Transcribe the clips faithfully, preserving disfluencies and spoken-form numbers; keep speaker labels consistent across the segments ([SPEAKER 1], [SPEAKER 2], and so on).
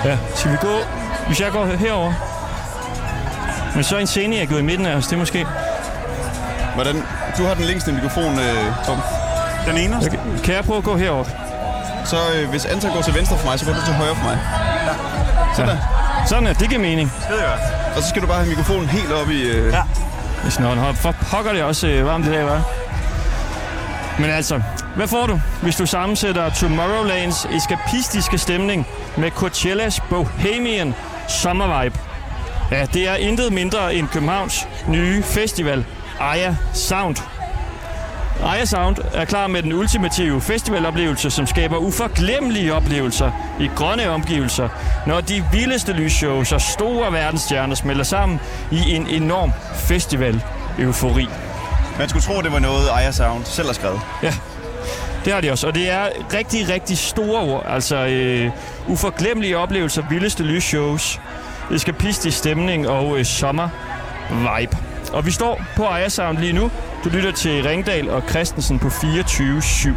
[SPEAKER 1] Ja, skal vi gå... Hvis jeg går herover. Men så er en scene, jeg går i midten af os, det måske.
[SPEAKER 2] Hvordan? Du har den længste mikrofon, øh, Tom.
[SPEAKER 3] Den eneste?
[SPEAKER 1] Okay. Kan jeg prøve at gå herover?
[SPEAKER 2] Så øh, hvis Anton går til venstre for mig, så går du til højre for mig.
[SPEAKER 3] Ja.
[SPEAKER 2] Sådan
[SPEAKER 1] ja. Sådan er det giver mening.
[SPEAKER 3] Det er godt.
[SPEAKER 2] Og så skal du bare have mikrofonen helt op i... Øh...
[SPEAKER 3] Ja.
[SPEAKER 1] Hvis nogen har for pokker det også øh, varmt i dag, hva'? Men altså, hvad får du, hvis du sammensætter Tomorrowlands eskapistiske stemning med Coachellas Bohemian Summer Vibe? Ja, det er intet mindre end Københavns nye festival, Aya Sound. Aya Sound er klar med den ultimative festivaloplevelse, som skaber uforglemmelige oplevelser i grønne omgivelser, når de vildeste lysshows og store verdensstjerner smelter sammen i en enorm festival-eufori.
[SPEAKER 2] Man skulle tro, det var noget Aya Sound selv har skrevet.
[SPEAKER 1] Ja, det har de også, og det er rigtig, rigtig store ord. Altså øh, uforglemmelige oplevelser, vildeste lysshows, eskapistisk stemning og øh, sommer-vibe. Og vi står på Aya Sound lige nu. Du lytter til Ringdal og Christensen på fireogtyve syv.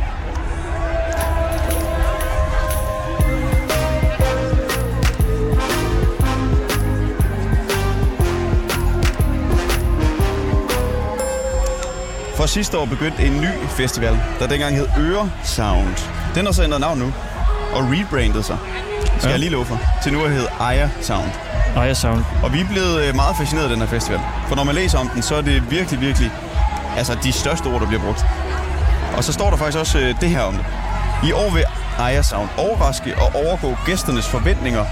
[SPEAKER 2] For sidste år begyndte en ny festival, der dengang hed Øre Sound. Den har så ændret navn nu og rebrandet sig, skal ja. jeg lige love for, til nu at hedde Aya Sound.
[SPEAKER 1] Aya Sound.
[SPEAKER 2] Og vi er blevet meget fascineret af den her festival. For når man læser om den, så er det virkelig, virkelig altså de største ord, der bliver brugt. Og så står der faktisk også øh, det her om det. I år vil Aya Sound overraske og overgå gæsternes forventninger,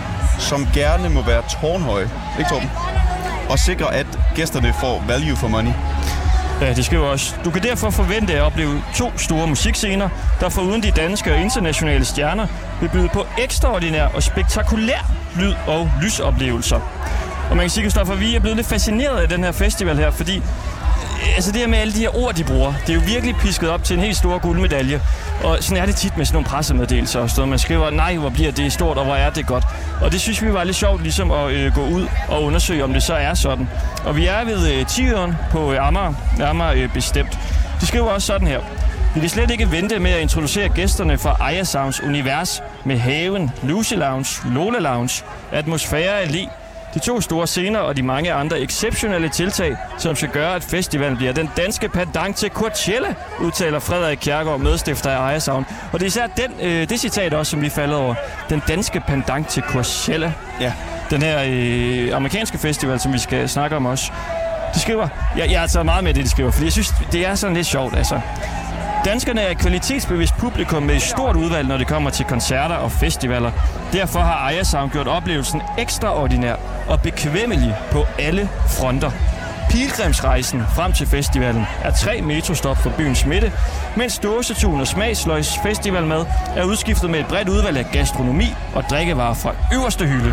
[SPEAKER 2] som gerne må være tårnhøje. Ikke, Torben? Og sikre, at gæsterne får value for money.
[SPEAKER 1] Ja, det skriver også. Du kan derfor forvente at opleve to store musikscener, der foruden de danske og internationale stjerner vil byde på ekstraordinær og spektakulær lyd- og lysoplevelser. Og man kan sige, Christoffer, vi er blevet lidt fascineret af den her festival her, fordi altså det her med alle de her ord, de bruger, det er jo virkelig pisket op til en helt stor guldmedalje. Og sådan er det tit med sådan nogle pressemeddelelser og sådan. Man skriver, nej, hvor bliver det stort, og hvor er det godt. Og det synes vi var lidt sjovt ligesom at øh, gå ud og undersøge, om det så er sådan. Og vi er ved øh, Tigeren på øh, Amager, nærmere øh, bestemt. De skriver også sådan her. Vi kan slet ikke vente med at introducere gæsterne fra Aya Sounds univers med haven, Lucy Lounge, Lola Lounge, Atmosfære Allé, de to store scener og de mange andre exceptionelle tiltag, som skal gøre, at festivalen bliver den danske pendant til Coachella, udtaler Frederik Kjærgaard, medstifter af Aya Sound. Og det er især den, øh, det citat også, som vi faldet over. Den danske pendant til Coachella.
[SPEAKER 2] Ja.
[SPEAKER 1] Den her øh, amerikanske festival, som vi skal snakke om også. De skriver, jeg, jeg har taget meget med det, de skriver, fordi jeg synes, det er sådan lidt sjovt, altså. Danskerne er et kvalitetsbevidst publikum med et stort udvalg, når det kommer til koncerter og festivaler. Derfor har Aya Sound gjort oplevelsen ekstraordinær og bekvemmelig på alle fronter. Pilgrimsrejsen frem til festivalen er tre metrostop fra byens midte, mens Dåsetun og Smagsløgs festivalmad er udskiftet med et bredt udvalg af gastronomi og drikkevarer fra øverste hylde.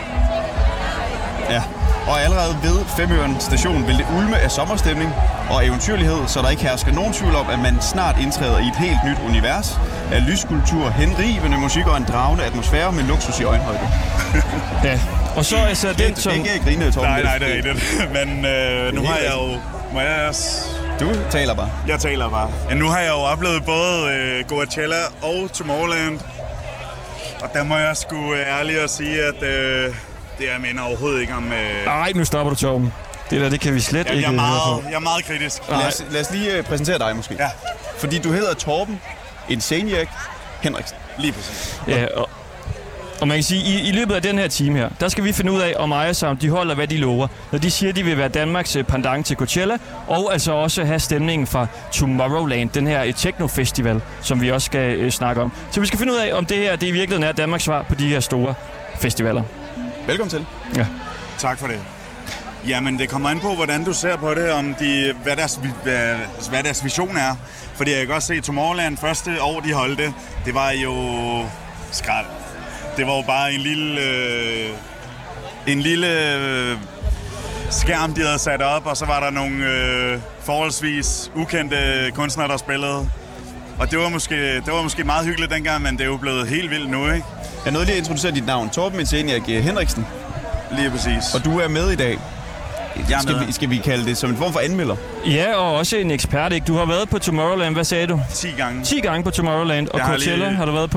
[SPEAKER 2] Ja, og allerede ved Femøren station vil det ulme af sommerstemning og eventyrlighed, så der ikke hersker nogen tvivl om, at man snart indtræder i et helt nyt univers af lyskultur, henrivende musik og en dragende atmosfære med luksus i øjenhøjde.
[SPEAKER 1] Ja, og så er så den, som...
[SPEAKER 2] Det er ikke grine, Torben.
[SPEAKER 3] Nej, nej, det er rigtigt. Men øh, nu har jeg jo... Må jeg også...
[SPEAKER 2] Du taler bare.
[SPEAKER 3] Jeg taler bare. Ja, nu har jeg jo oplevet både øh, Coachella og Tomorrowland. Og der må jeg sgu øh, ærligt at sige, at øh, det er minder overhovedet ikke om... Øh...
[SPEAKER 1] Nej, nu stopper du, Torben. Det der, det kan vi slet
[SPEAKER 3] ja,
[SPEAKER 1] ikke
[SPEAKER 3] jeg er meget,
[SPEAKER 1] høre på.
[SPEAKER 3] Jeg er meget kritisk.
[SPEAKER 2] Lad os, lad os lige uh, præsentere dig måske.
[SPEAKER 3] Ja.
[SPEAKER 2] Fordi du hedder Torben Insaniac Henriksen.
[SPEAKER 3] Lige præcis.
[SPEAKER 1] Ja, og, og man kan sige, i, i løbet af den her time her, der skal vi finde ud af, om Aya Sound, de holder, hvad de lover. Når de siger, de vil være Danmarks pendant til Coachella, og altså også have stemningen fra Tomorrowland, den her techno-festival, som vi også skal øh, snakke om. Så vi skal finde ud af, om det her, det i virkeligheden er Danmarks svar på de her store festivaler.
[SPEAKER 2] Velkommen til.
[SPEAKER 1] Ja.
[SPEAKER 3] Tak for det. Jamen, det kommer an på, hvordan du ser på det, om de, hvad, deres, hvad, hvad deres vision er. Fordi jeg kan godt se, at Tomorrowland første år, de holdt det, det var jo skrald. Det var jo bare en lille, øh, en lille øh, skærm, de havde sat op, og så var der nogle øh, forholdsvis ukendte kunstnere, der spillede. Og det var, måske, det var måske meget hyggeligt dengang, men det er jo blevet helt vildt nu, ikke?
[SPEAKER 2] Jeg nåede lige at introducere dit navn, Torben Insaniac Henriksen.
[SPEAKER 3] Lige præcis.
[SPEAKER 2] Og du er med i dag. Skal vi, skal vi kalde det som en form for anmelder?
[SPEAKER 1] Ja, og også en ekspert, ikke? Du har været på Tomorrowland, hvad sagde du?
[SPEAKER 3] ti gange.
[SPEAKER 1] ti gange på Tomorrowland, og
[SPEAKER 3] Jeg
[SPEAKER 1] Coachella har,
[SPEAKER 3] lige...
[SPEAKER 1] har du været på?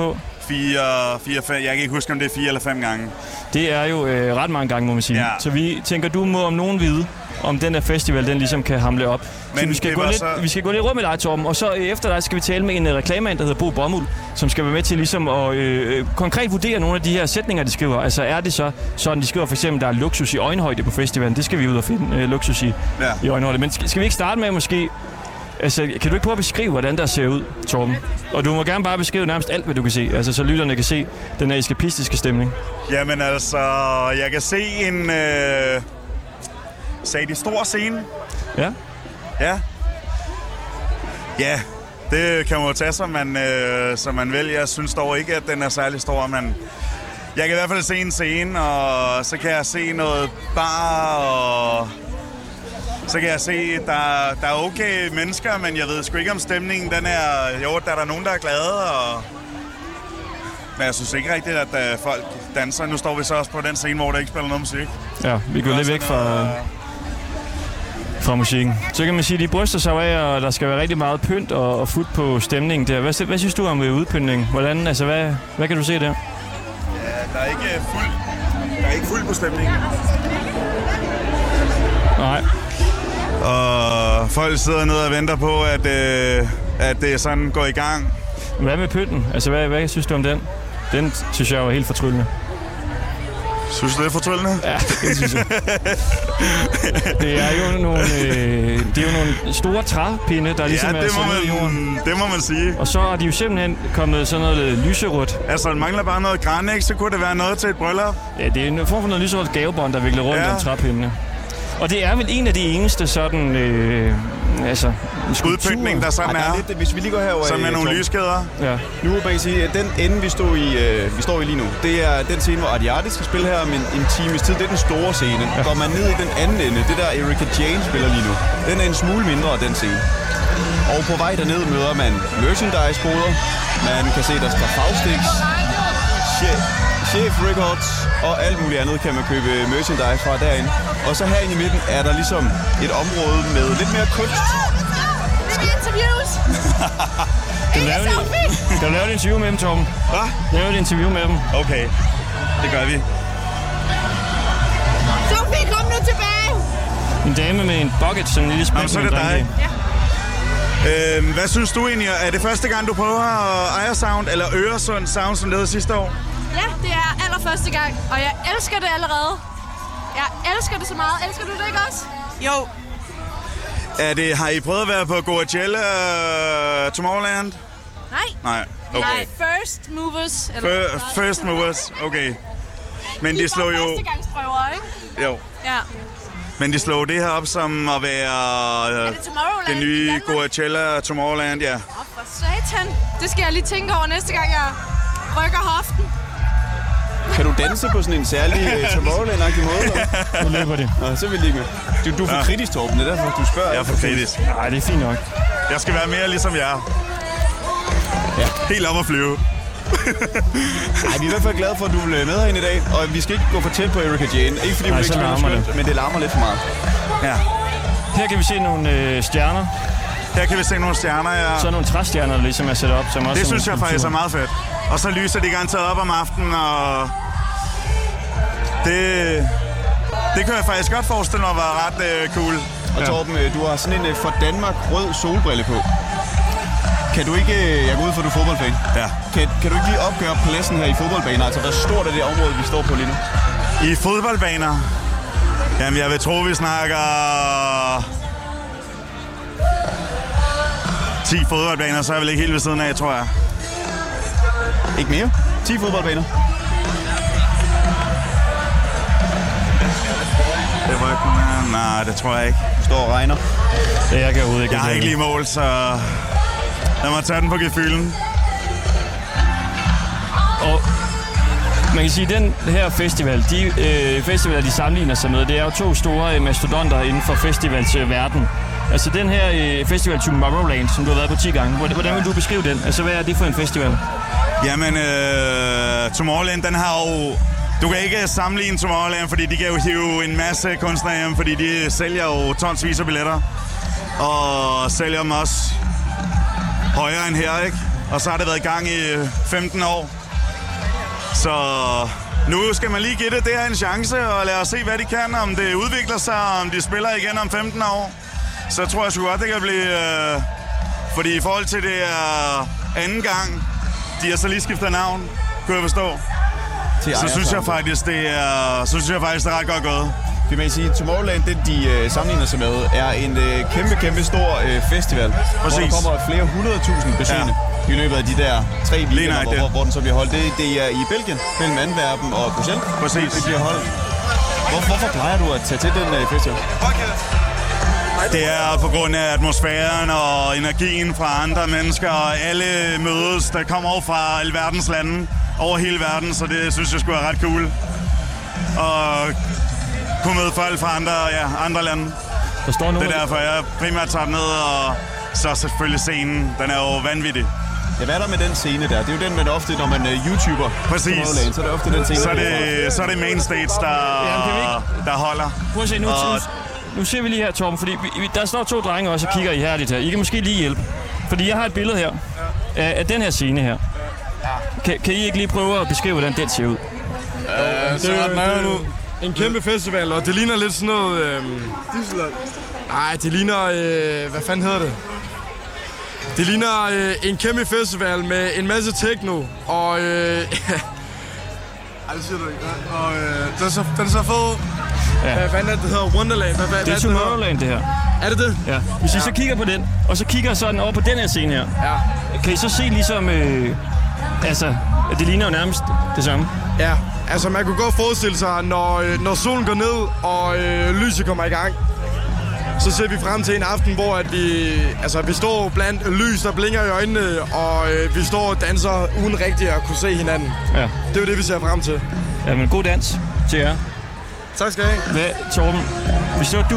[SPEAKER 3] fire, fire, fem, jeg kan ikke huske, om det er fire eller fem gange.
[SPEAKER 1] Det er jo øh, ret mange gange, må man sige.
[SPEAKER 3] Ja.
[SPEAKER 1] Så vi tænker, du må om nogen vide, om den der festival, den ligesom kan hamle op. Men så vi skal, gå lidt, så... vi skal gå lidt rundt med dig, Torben, og så øh, efter dig skal vi tale med en uh, reklamemand, der hedder Bo Bomuld, som skal være med til ligesom at øh, konkret vurdere nogle af de her sætninger, de skriver. Altså er det så sådan, de skriver for eksempel, der er luksus i øjenhøjde på festivalen. Det skal vi ud og finde, øh, luksus i, ja. i øjenhøjde. Men skal, skal vi ikke starte med måske... Altså, kan du ikke prøve at beskrive, hvordan der ser ud, Torben? Og du må gerne bare beskrive nærmest alt, hvad du kan se. Altså, så lytterne kan se den her eskapistiske stemning.
[SPEAKER 3] Jamen altså, jeg kan se en... Øh... Sagde de stor scene?
[SPEAKER 1] Ja.
[SPEAKER 3] Ja. Ja, det kan man jo tage, som man, øh, som man vil. Jeg synes dog ikke, at den er særlig stor, men... Jeg kan i hvert fald se en scene, og så kan jeg se noget bar, og... Så kan jeg se, at der, der er okay mennesker, men jeg ved sgu ikke om stemningen. Den er, jo, der er der nogen, der er glade, og... Men jeg synes ikke rigtigt, at uh, folk danser. Nu står vi så også på den scene, hvor der ikke spiller noget musik.
[SPEAKER 1] Ja, vi går lidt væk fra, noget... fra musikken. Så kan man sige, at de bryster sig af, og der skal være rigtig meget pynt og, og fut på stemningen der. Hvad, hvad synes du om udpyntningen? Hvordan, altså, hvad, hvad kan du se der?
[SPEAKER 3] Ja, der er ikke fuld, der er ikke fuld på stemningen.
[SPEAKER 1] Nej.
[SPEAKER 3] Og folk sidder nede og venter på, at, øh, at det sådan går i gang.
[SPEAKER 1] Hvad med pynten? Altså, hvad, hvad synes du om den? Den synes jeg var helt fortryllende.
[SPEAKER 3] Synes du, det er fortryllende?
[SPEAKER 1] Ja, det synes jeg. Det er jo nogle, øh, det er jo nogle store træpinde, der ligesom
[SPEAKER 3] ja, det
[SPEAKER 1] er
[SPEAKER 3] må
[SPEAKER 1] sådan
[SPEAKER 3] man,
[SPEAKER 1] i jorden.
[SPEAKER 3] det må man sige.
[SPEAKER 1] Og så er de jo simpelthen kommet sådan noget lyserødt.
[SPEAKER 3] Altså, det mangler bare noget græn, ikke? Så kunne det være noget til et bryllup.
[SPEAKER 1] Ja, det er en form for noget lyserødt gavebånd, der vikler rundt ja. om træpindene. Og det er vel en af de eneste sådan, øh, altså...
[SPEAKER 3] udpyntning, der sådan er.
[SPEAKER 2] Lidt, hvis vi lige går herover
[SPEAKER 3] som er nogle lyskæder.
[SPEAKER 2] Ja. Nu vil jeg sige, at den ende, vi står i, øh, vi står i lige nu, det er den scene, hvor Adiarte skal spille her om en, en times tid. Det er den store scene. Ja. Går man ned i den anden ende, det der Erika Jane spiller lige nu, den er en smule mindre af den scene. Og på vej derned møder man merchandise-boder. Man kan se, der står Faustix, Chef Records og alt muligt andet kan man købe merchandise fra derinde. Og så herinde i midten er der ligesom et område med lidt mere kunst.
[SPEAKER 4] Det er interviews!
[SPEAKER 1] Kan du lave det? Kan du lave et interview med dem, Torben?
[SPEAKER 3] Hvad?
[SPEAKER 1] Lave et interview med dem.
[SPEAKER 3] Okay, det gør vi.
[SPEAKER 4] Sofie, kom nu tilbage!
[SPEAKER 1] En dame med en bucket, som en lille spænd.
[SPEAKER 3] Jamen, så er det dig.
[SPEAKER 4] Ja.
[SPEAKER 3] Øhm, hvad synes du egentlig? Er det første gang, du prøver Aya Sound, eller Øresund Sound, som det hed sidste år?
[SPEAKER 4] Ja, det er allerførste gang, og jeg elsker det allerede. Jeg elsker det så meget. Elsker du det ikke også? Jo.
[SPEAKER 3] Er det, har I prøvet at være på Coachella uh, Tomorrowland?
[SPEAKER 4] Nej.
[SPEAKER 3] Nej, okay.
[SPEAKER 4] Nej, First Movers. Eller
[SPEAKER 3] Fir- first Movers, okay. Men de, de slog jo...
[SPEAKER 4] førstegangsprøver, ikke?
[SPEAKER 3] Jo.
[SPEAKER 4] Ja.
[SPEAKER 3] Men de slog det her op som at være uh,
[SPEAKER 4] det,
[SPEAKER 3] det nye Coachella Tomorrowland, ja.
[SPEAKER 4] Åh, oh, for satan. Det skal jeg lige tænke over næste gang, jeg rykker hoften.
[SPEAKER 2] Kan du danse på sådan en særlig uh, Tomorrowland-agtig måde? Eller?
[SPEAKER 1] Nu løber det.
[SPEAKER 2] Nå, så vil det ikke med. Du, du er for ja. kritisk, Torben, det er derfor, du spørger.
[SPEAKER 3] Jeg er for kritisk.
[SPEAKER 1] Nej, det er fint nok.
[SPEAKER 3] Jeg skal være mere ligesom jer. Ja. Helt op at flyve.
[SPEAKER 2] Ej, vi er i hvert fald glade for, at du vil med herinde i dag. Og vi skal ikke gå for tæt på Erika Jane. Ikke fordi hun
[SPEAKER 1] Ej,
[SPEAKER 2] ikke spiller skønt, men det larmer lidt for meget.
[SPEAKER 3] Ja.
[SPEAKER 1] Her kan vi se nogle øh, stjerner.
[SPEAKER 3] Her kan vi se nogle stjerner, ja.
[SPEAKER 1] Så nogle træstjerner, der ligesom er sat op. Som også
[SPEAKER 3] det synes jeg
[SPEAKER 1] kultur.
[SPEAKER 3] faktisk er meget fedt. Og så lyser de garanteret op om aftenen, og det, det kan jeg faktisk godt forestille mig var ret øh, cool.
[SPEAKER 2] Og Torben, ja. du har sådan en øh, for Danmark rød solbrille på. Kan du ikke, jeg går ud for, at du er fodboldfan.
[SPEAKER 3] Ja.
[SPEAKER 2] Kan, kan du ikke lige opgøre pladsen her i fodboldbaner? Altså, hvor stort er det område, vi står på lige nu?
[SPEAKER 3] I fodboldbaner? Jamen, jeg vil tro, vi snakker ti fodboldbaner, så er jeg vel ikke helt ved siden af, tror jeg.
[SPEAKER 2] Ikke mere? ti fodboldbaner?
[SPEAKER 3] Det var ikke... Nej, det tror jeg ikke.
[SPEAKER 2] Du står og regner.
[SPEAKER 1] Det jeg kan overhovedet ikke.
[SPEAKER 3] Jeg har ikke lige mål, så lad mig tage den på gefylden.
[SPEAKER 1] Og man kan sige, at den her festival, de øh, festivaler, de sammenligner sig med, det er jo to store øh, mastodonter inden for festivalsverden. Øh, altså den her øh, festival Tomorrowland, som du har været på ti gange, hvordan vil du beskrive den? Altså hvad er det for en festival?
[SPEAKER 3] Jamen, øh, Tomorrowland, den har jo... Du kan ikke sammenligne Tomorrowland, fordi de kan jo hive en masse kunstnere hjem, fordi de sælger jo tonsvis af billetter. Og sælger dem også højere end her, ikke? Og så har det været i gang i femten år. Så nu skal man lige give det, det her en chance, og lad os se, hvad de kan, om det udvikler sig, om de spiller igen om femten år. Så tror jeg sgu godt, det kan blive... Øh, fordi i forhold til det er anden gang, de har så lige skiftet navn, kunne jeg forstå. Så synes jeg faktisk, det er, så synes jeg faktisk, det er ret godt gået.
[SPEAKER 2] Det vil sige, Tomorrowland, det de øh, sammenligner sig med, er en øh, kæmpe, kæmpe stor øh, festival, Præcis. hvor der kommer flere hundredtusind besøgende ja. i løbet af de der tre weekender, hvor, hvor, hvor den så bliver holdt. Det, det er i Belgien, mellem Antwerpen og Bruxelles.
[SPEAKER 3] Præcis.
[SPEAKER 2] Det bliver holdt. Hvor, hvorfor plejer du at tage til den øh, festival? Okay.
[SPEAKER 3] Det er på grund af atmosfæren og energien fra andre mennesker, og alle mødes, der kommer over fra alverdens lande, over hele verden, så det synes jeg skulle være ret cool. Og kunne møde folk fra andre, ja, andre lande.
[SPEAKER 1] Der står
[SPEAKER 3] det er derfor, jeg primært tager ned, og så selvfølgelig scenen. Den er jo vanvittig.
[SPEAKER 2] Ja, hvad er der med den scene der? Det er jo den, man ofte, når man uh, YouTuber.
[SPEAKER 3] Præcis.
[SPEAKER 2] Tomorrowland, så er det ofte den scene.
[SPEAKER 3] Så er det, så er det main stage, der, ja, der holder.
[SPEAKER 1] Prøv at se, nu, og, nu ser vi lige her, Torben, fordi vi, der står to drenge også og kigger ihærdigt her. I kan måske lige hjælpe. Fordi jeg har et billede her af, af den her scene her. Kan, kan I ikke lige prøve at beskrive, hvordan den ser ud?
[SPEAKER 5] Uh, det er nu en kæmpe festival, og det ligner lidt sådan noget... Øh, nej, det ligner... Øh, hvad fanden hedder det? Det ligner øh, en kæmpe festival med en masse techno, og... Øh, Ej, det siger du ikke. Og øh, den, er så, den er så fed. Ja. Hvad fanden er det, det hedder? Wonderland? Hvad, hvad,
[SPEAKER 1] det er Tomorrowland, det her.
[SPEAKER 5] Er det det?
[SPEAKER 1] Ja. Hvis I ja. så kigger på den, og så kigger sådan over på den her scene her,
[SPEAKER 5] ja.
[SPEAKER 1] kan I så se ligesom... Øh, altså, det ligner jo nærmest det samme.
[SPEAKER 5] Ja, altså man kunne godt forestille sig, når, øh, når solen går ned, og øh, lyset kommer i gang, så ser vi frem til en aften, hvor at vi, altså, vi står blandt lys, der blinker i øjnene, og øh, vi står og danser uden rigtigt at kunne se hinanden.
[SPEAKER 1] Ja.
[SPEAKER 5] Det er jo det, vi ser frem til.
[SPEAKER 1] Ja, men god dans til jer.
[SPEAKER 5] Tak skal I have.
[SPEAKER 1] Hvad, Torben, hvis du,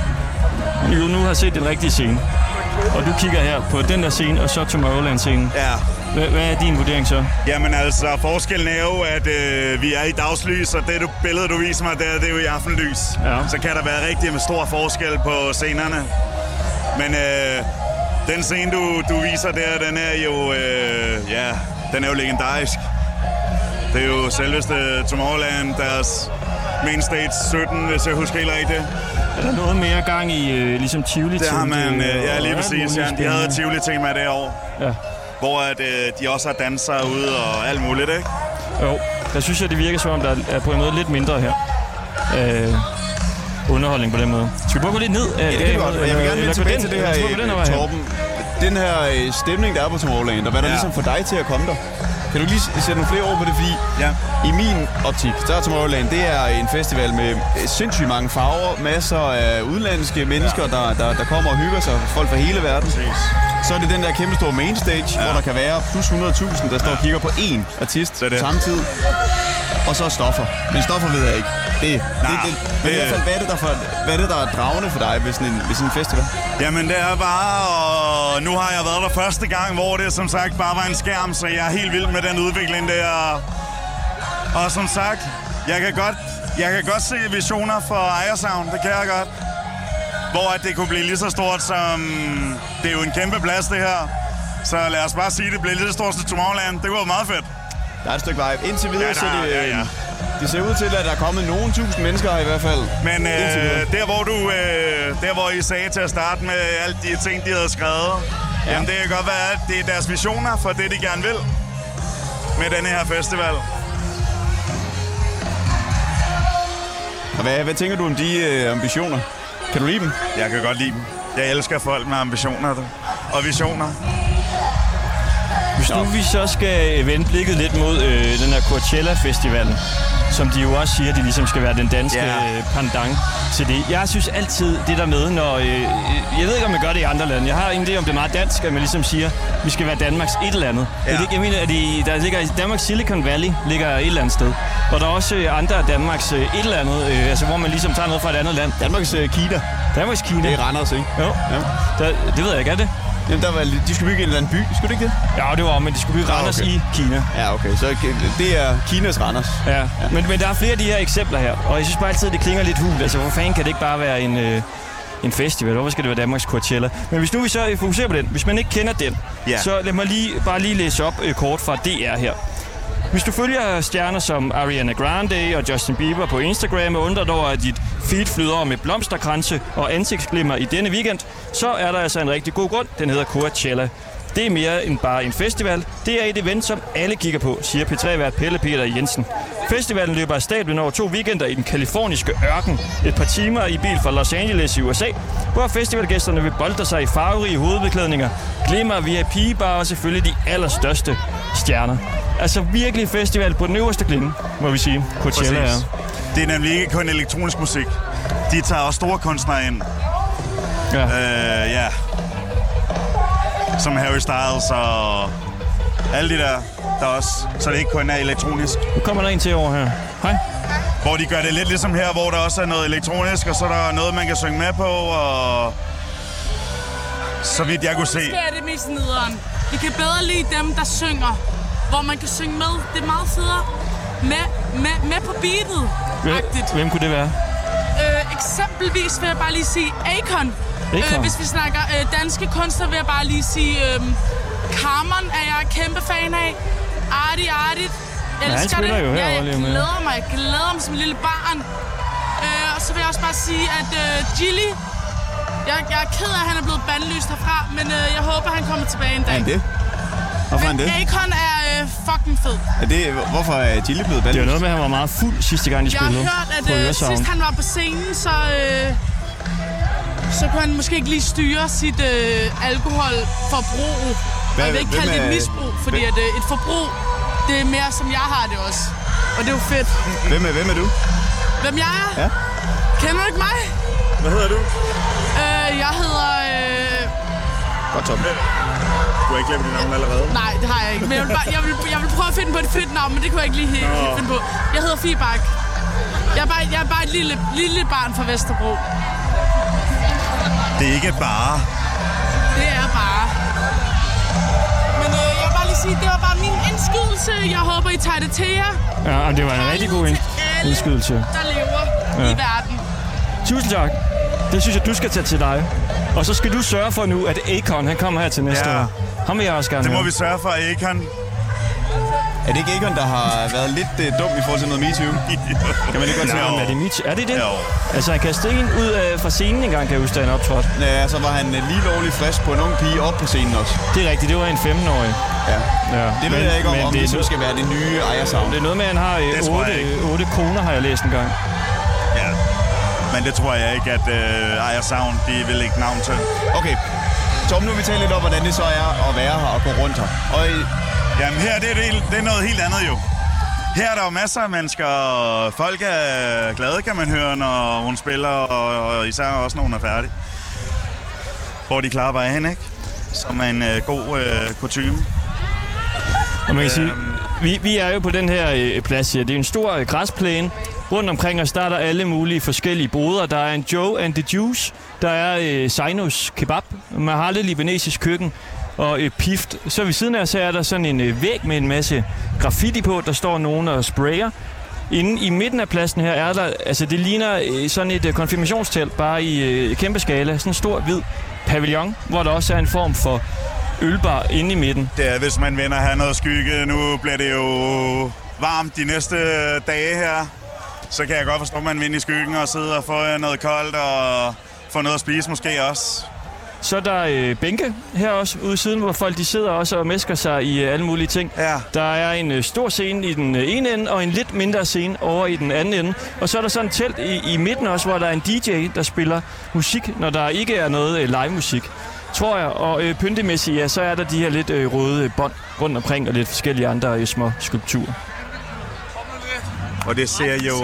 [SPEAKER 1] du nu har set den rigtige scene, og du kigger her på den der scene, og så Tomorrowland-scenen.
[SPEAKER 3] Ja.
[SPEAKER 1] Hvad, hvad er din vurdering så?
[SPEAKER 3] Jamen altså, forskellen er jo, at øh, vi er i dagslys, og det du, billede, du viser mig, det er, det er jo i aftenlys.
[SPEAKER 1] Ja.
[SPEAKER 3] Så kan der være rigtig med stor forskel på scenerne. Men øh, den scene, du, du viser der, den er jo, øh, ja, den er jo legendarisk. Det er jo selveste Tomorrowland, deres main stage sytten, hvis jeg husker helt rigtigt.
[SPEAKER 1] Er der noget mere gang i øh, ligesom Tivoli?
[SPEAKER 3] Det har man, øh, ja lige præcis. Ja, de havde Tivoli-tema det år. Ja. Hvor at, øh, de også har danser ude og alt muligt, ikke?
[SPEAKER 1] Jo, der synes jeg, det virker som om, der er på en måde lidt mindre her. Øh, underholdning på den måde. Skal vi prøve at gå lidt ned?
[SPEAKER 2] Ja, det kan vi godt. Jeg vil gerne vende tilbage til det her, den Torben. Den her stemning, der er på Tomorrowland, og hvad der ja. ligesom får dig til at komme der. Kan du lige sætte nogle flere ord på det, fordi ja. i min optik, der er Tomorrowland, det er en festival med sindssygt mange farver, masser af udenlandske mennesker, ja. der, der, der kommer og hygger sig, folk fra hele verden. Præcis. Så er det den der kæmpe store main stage, ja. hvor der kan være plus hundrede tusind, der står ja. og kigger på én artist det det. samtidig. Og så stoffer. Men stoffer ved jeg ikke. Det, Nå, det, det, det, det, i hvert fald, hvad er det, der, for, hvad er det, der er dragende for dig ved sådan en, ved sådan en festival?
[SPEAKER 3] Jamen, det er bare, og nu har jeg været der første gang, hvor det som sagt bare var en skærm, så jeg er helt vild med den udvikling der. Og som sagt, jeg kan godt, jeg kan godt se visioner for Ejersound, det kan jeg godt. Hvor at det kunne blive lige så stort som... Det er jo en kæmpe plads, det her. Så lad os bare sige, at det bliver lige så stort som Tomorrowland. Det kunne være meget fedt.
[SPEAKER 2] Der er et stykke vej. Indtil videre, ja, der,
[SPEAKER 3] så det,
[SPEAKER 2] ja, ja. det ser ud til, at der er kommet nogle tusind mennesker her i hvert fald.
[SPEAKER 3] Men øh, der, hvor du, øh, der, hvor I sagde til at starte med alle de ting, de havde skrevet, ja. jamen det kan godt være, at det er deres visioner for det, de gerne vil med denne her festival.
[SPEAKER 2] Og hvad, hvad tænker du om de øh, ambitioner? Kan du lide dem?
[SPEAKER 3] Jeg kan godt lide dem. Jeg elsker folk med ambitioner og visioner.
[SPEAKER 1] Hvis nu vi så skal vende blikket lidt mod øh, den her Coachella-festivalen, som de jo også siger, de ligesom skal være den danske yeah. øh, pendant til det. Jeg synes altid det der med, når... Øh, jeg ved ikke, om man gør det i andre lande. Jeg har ingen idé, om det er meget dansk, at man ligesom siger, vi skal være Danmarks et eller andet. Yeah. Jeg mener, at de, der ligger i Danmarks Silicon Valley ligger et eller andet sted. Og der er også øh, andre af Danmarks øh, et eller andet, øh, altså hvor man ligesom tager noget fra et andet land.
[SPEAKER 2] Danmarks øh, Kina.
[SPEAKER 1] Danmarks Kina.
[SPEAKER 2] Det er Randers, ikke?
[SPEAKER 1] Jo. Ja. Der, det ved jeg ikke, er det?
[SPEAKER 2] Jamen, der var, de skulle bygge en eller anden by, skulle det ikke det?
[SPEAKER 1] Ja, det var men de skulle bygge Randers ah, okay. i Kina.
[SPEAKER 2] Ja, okay, så det er Kinas Randers.
[SPEAKER 1] Ja, ja. Men, men der er flere af de her eksempler her, og jeg synes bare altid, det klinger lidt hult. Altså, hvor fanden kan det ikke bare være en, øh, en festival? Hvorfor skal det være Danmarks Coachella? Men hvis nu vi så fokuserer på den, hvis man ikke kender den, ja. så lad mig lige, bare lige læse op øh, kort fra D R her. Hvis du følger stjerner som Ariana Grande og Justin Bieber på Instagram og undrer dig over, at dit feed flyder over med blomsterkranse og ansigtsglimmer i denne weekend, så er der altså en rigtig god grund. Den hedder Coachella. Det er mere end bare en festival. Det er et event, som alle kigger på, siger P tre-vært Pelle Peter Jensen. Festivalen løber af stablen over to weekender i den kaliforniske ørken. Et par timer i bil fra Los Angeles i U S A, hvor festivalgæsterne vil boltre sig i farverige hovedbeklædninger, glimmer, V I P-bar og selvfølgelig de allerstørste stjerner. Altså virkelig festival på den øverste klinge, må vi sige. Coachella er.
[SPEAKER 3] Det er nemlig ikke kun elektronisk musik. De tager også store kunstnere ind.
[SPEAKER 1] Ja.
[SPEAKER 3] Øh, ja. Som Harry Styles og alle de der, der også, så det ikke kun er elektronisk.
[SPEAKER 1] Nu kommer der en til over her. Hej.
[SPEAKER 3] Hvor de gør det lidt ligesom her, hvor der også er noget elektronisk, og så er der noget, man kan synge med på, og så vidt jeg kunne se.
[SPEAKER 6] Det er det mest nederen. Vi kan bedre lide dem, der synger, hvor man kan synge med. Det er meget federe med, med, med på beatet.
[SPEAKER 1] Hvem, hvem kunne det være?
[SPEAKER 6] Øh, eksempelvis vil jeg bare lige sige Akon. Øh, hvis vi snakker øh, danske kunstnere, vil jeg bare lige sige øh, Carmen er jeg kæmpe fan af. Artie Artie. Elsker
[SPEAKER 1] ja,
[SPEAKER 6] det.
[SPEAKER 1] Jo
[SPEAKER 6] ja, jeg
[SPEAKER 1] med.
[SPEAKER 6] glæder mig. Jeg glæder mig som en lille barn. Øh, og så vil jeg også bare sige, at øh, Gilly, jeg, jeg er ked af, at han er blevet bandlyst herfra, men øh, jeg håber, han kommer tilbage en dag.
[SPEAKER 2] Er det? Hvorfor
[SPEAKER 6] men
[SPEAKER 2] er det?
[SPEAKER 6] Akon er øh, fucking fed.
[SPEAKER 2] Er det, hvorfor er Gilly blevet bandlyst?
[SPEAKER 1] Det er noget med, at han var meget fuld sidste gang, de
[SPEAKER 6] jeg
[SPEAKER 1] spillede.
[SPEAKER 6] Jeg har hørt, at øh, sidst han var på scenen, så... Øh, så kunne han måske ikke lige styre sit øh, alkoholforbrug.
[SPEAKER 2] Hvad,
[SPEAKER 6] jeg vil ikke kalde det et misbrug, fordi at, øh, et forbrug, det er mere som jeg har det også. Og det er jo fedt.
[SPEAKER 2] Hvem er, hvem er du?
[SPEAKER 6] Hvem jeg er?
[SPEAKER 2] Ja.
[SPEAKER 6] Kender du ikke mig?
[SPEAKER 3] Hvad hedder du?
[SPEAKER 6] Øh, jeg hedder... Øh...
[SPEAKER 2] Godt, Tom.
[SPEAKER 3] Du har ikke glemt dit navn allerede?
[SPEAKER 6] Nej, det har jeg ikke. Men jeg vil, bare, jeg vil, jeg vil prøve at finde på et fedt navn, men det kunne jeg ikke lige helt oh. finde på. Jeg hedder Fibak. Jeg er bare, jeg er bare et lille, lille barn fra Vesterbro.
[SPEAKER 3] Det er ikke bare.
[SPEAKER 6] Det er bare. Men øh, jeg vil bare lige sige, det var bare min indskydelse. Jeg håber, I tager det til jer.
[SPEAKER 1] Ja, og det var en rigtig god ind- indskydelse.
[SPEAKER 6] Der lever ja. i verden.
[SPEAKER 1] Tusind tak. Det synes jeg, du skal tage til dig. Og så skal du sørge for nu, at Akon, han kommer her til næste
[SPEAKER 3] ja.
[SPEAKER 1] år. Ham vil jeg også gerne
[SPEAKER 3] Det må
[SPEAKER 1] have.
[SPEAKER 3] vi sørge for, Akon.
[SPEAKER 2] Er det ikke Akon, der har været lidt uh, dum i forhold til noget MeToo? Kan man ikke godt sige?
[SPEAKER 1] Er det MeToo? Er det det?
[SPEAKER 3] Jo.
[SPEAKER 1] Altså, han kastede en ud uh, fra scenen en gang, kan jeg huske, da han optrådte.
[SPEAKER 2] Ja, så var han uh, lige lovlig frisk på en ung pige op på scenen også.
[SPEAKER 1] Det er rigtigt, det var en femten-årig.
[SPEAKER 2] Ja. ja. Det ved
[SPEAKER 1] men,
[SPEAKER 2] jeg ikke om, om det, det
[SPEAKER 1] så
[SPEAKER 2] skal være det nye ejersavn.
[SPEAKER 1] Det er noget med, at han har uh, otte, otte koner, har jeg læst en gang.
[SPEAKER 3] Ja. Men det tror jeg ikke, at uh, ejersavn, de vil ikke navn til.
[SPEAKER 2] Okay. Tom, nu vil vi tale lidt om, hvordan det så er at være her og gå rundt her. Og i...
[SPEAKER 3] Jamen her, det er, det, det er noget helt andet jo. Her er der jo masser af mennesker, og folk er glade, kan man høre, når hun spiller, og, og især også, når hun er færdig. Hvor de klarer bare hen, ikke? Som er en øh, god øh, kutyme.
[SPEAKER 1] Og man kan sige, vi, vi er jo på den her øh, plads her. Det er en stor øh, græsplæne. Rundt omkring os, der er der alle mulige forskellige boder. Der er en Joe and the Juice. Der er øh, Zainos Kebab. Man har lidt libanesisk køkken. Og øh, pift. Så ved siden af os er der sådan en øh, væg med en masse graffiti på. Der står nogen og sprayer. Inde i midten af pladsen her er der, altså det ligner øh, sådan et øh, konfirmationstelt, bare i øh, kæmpe skala. Sådan en stor hvid pavillon, hvor der også er en form for ølbar inde i midten.
[SPEAKER 3] Det er, hvis man vender her noget skygge. Nu bliver det jo varmt de næste dage her. Så kan jeg godt forstå, at man vinder i skyggen og sidder og får noget koldt og får noget at spise måske også.
[SPEAKER 1] Så er der øh, bænke her også ude i siden, hvor folk de sidder også og mæsker sig i øh, alle mulige ting.
[SPEAKER 3] Ja.
[SPEAKER 1] Der er en øh, stor scene i den øh, ene ende, og en lidt mindre scene over i den anden ende. Og så er der sådan et telt i, i midten også, hvor der er en D J, der spiller musik, når der ikke er noget øh, live-musik, tror jeg. Og øh, pyntemæssigt, ja, så er der de her lidt øh, røde bånd rundt omkring, og lidt forskellige andre øh, små skulpturer.
[SPEAKER 3] Og det ser jo...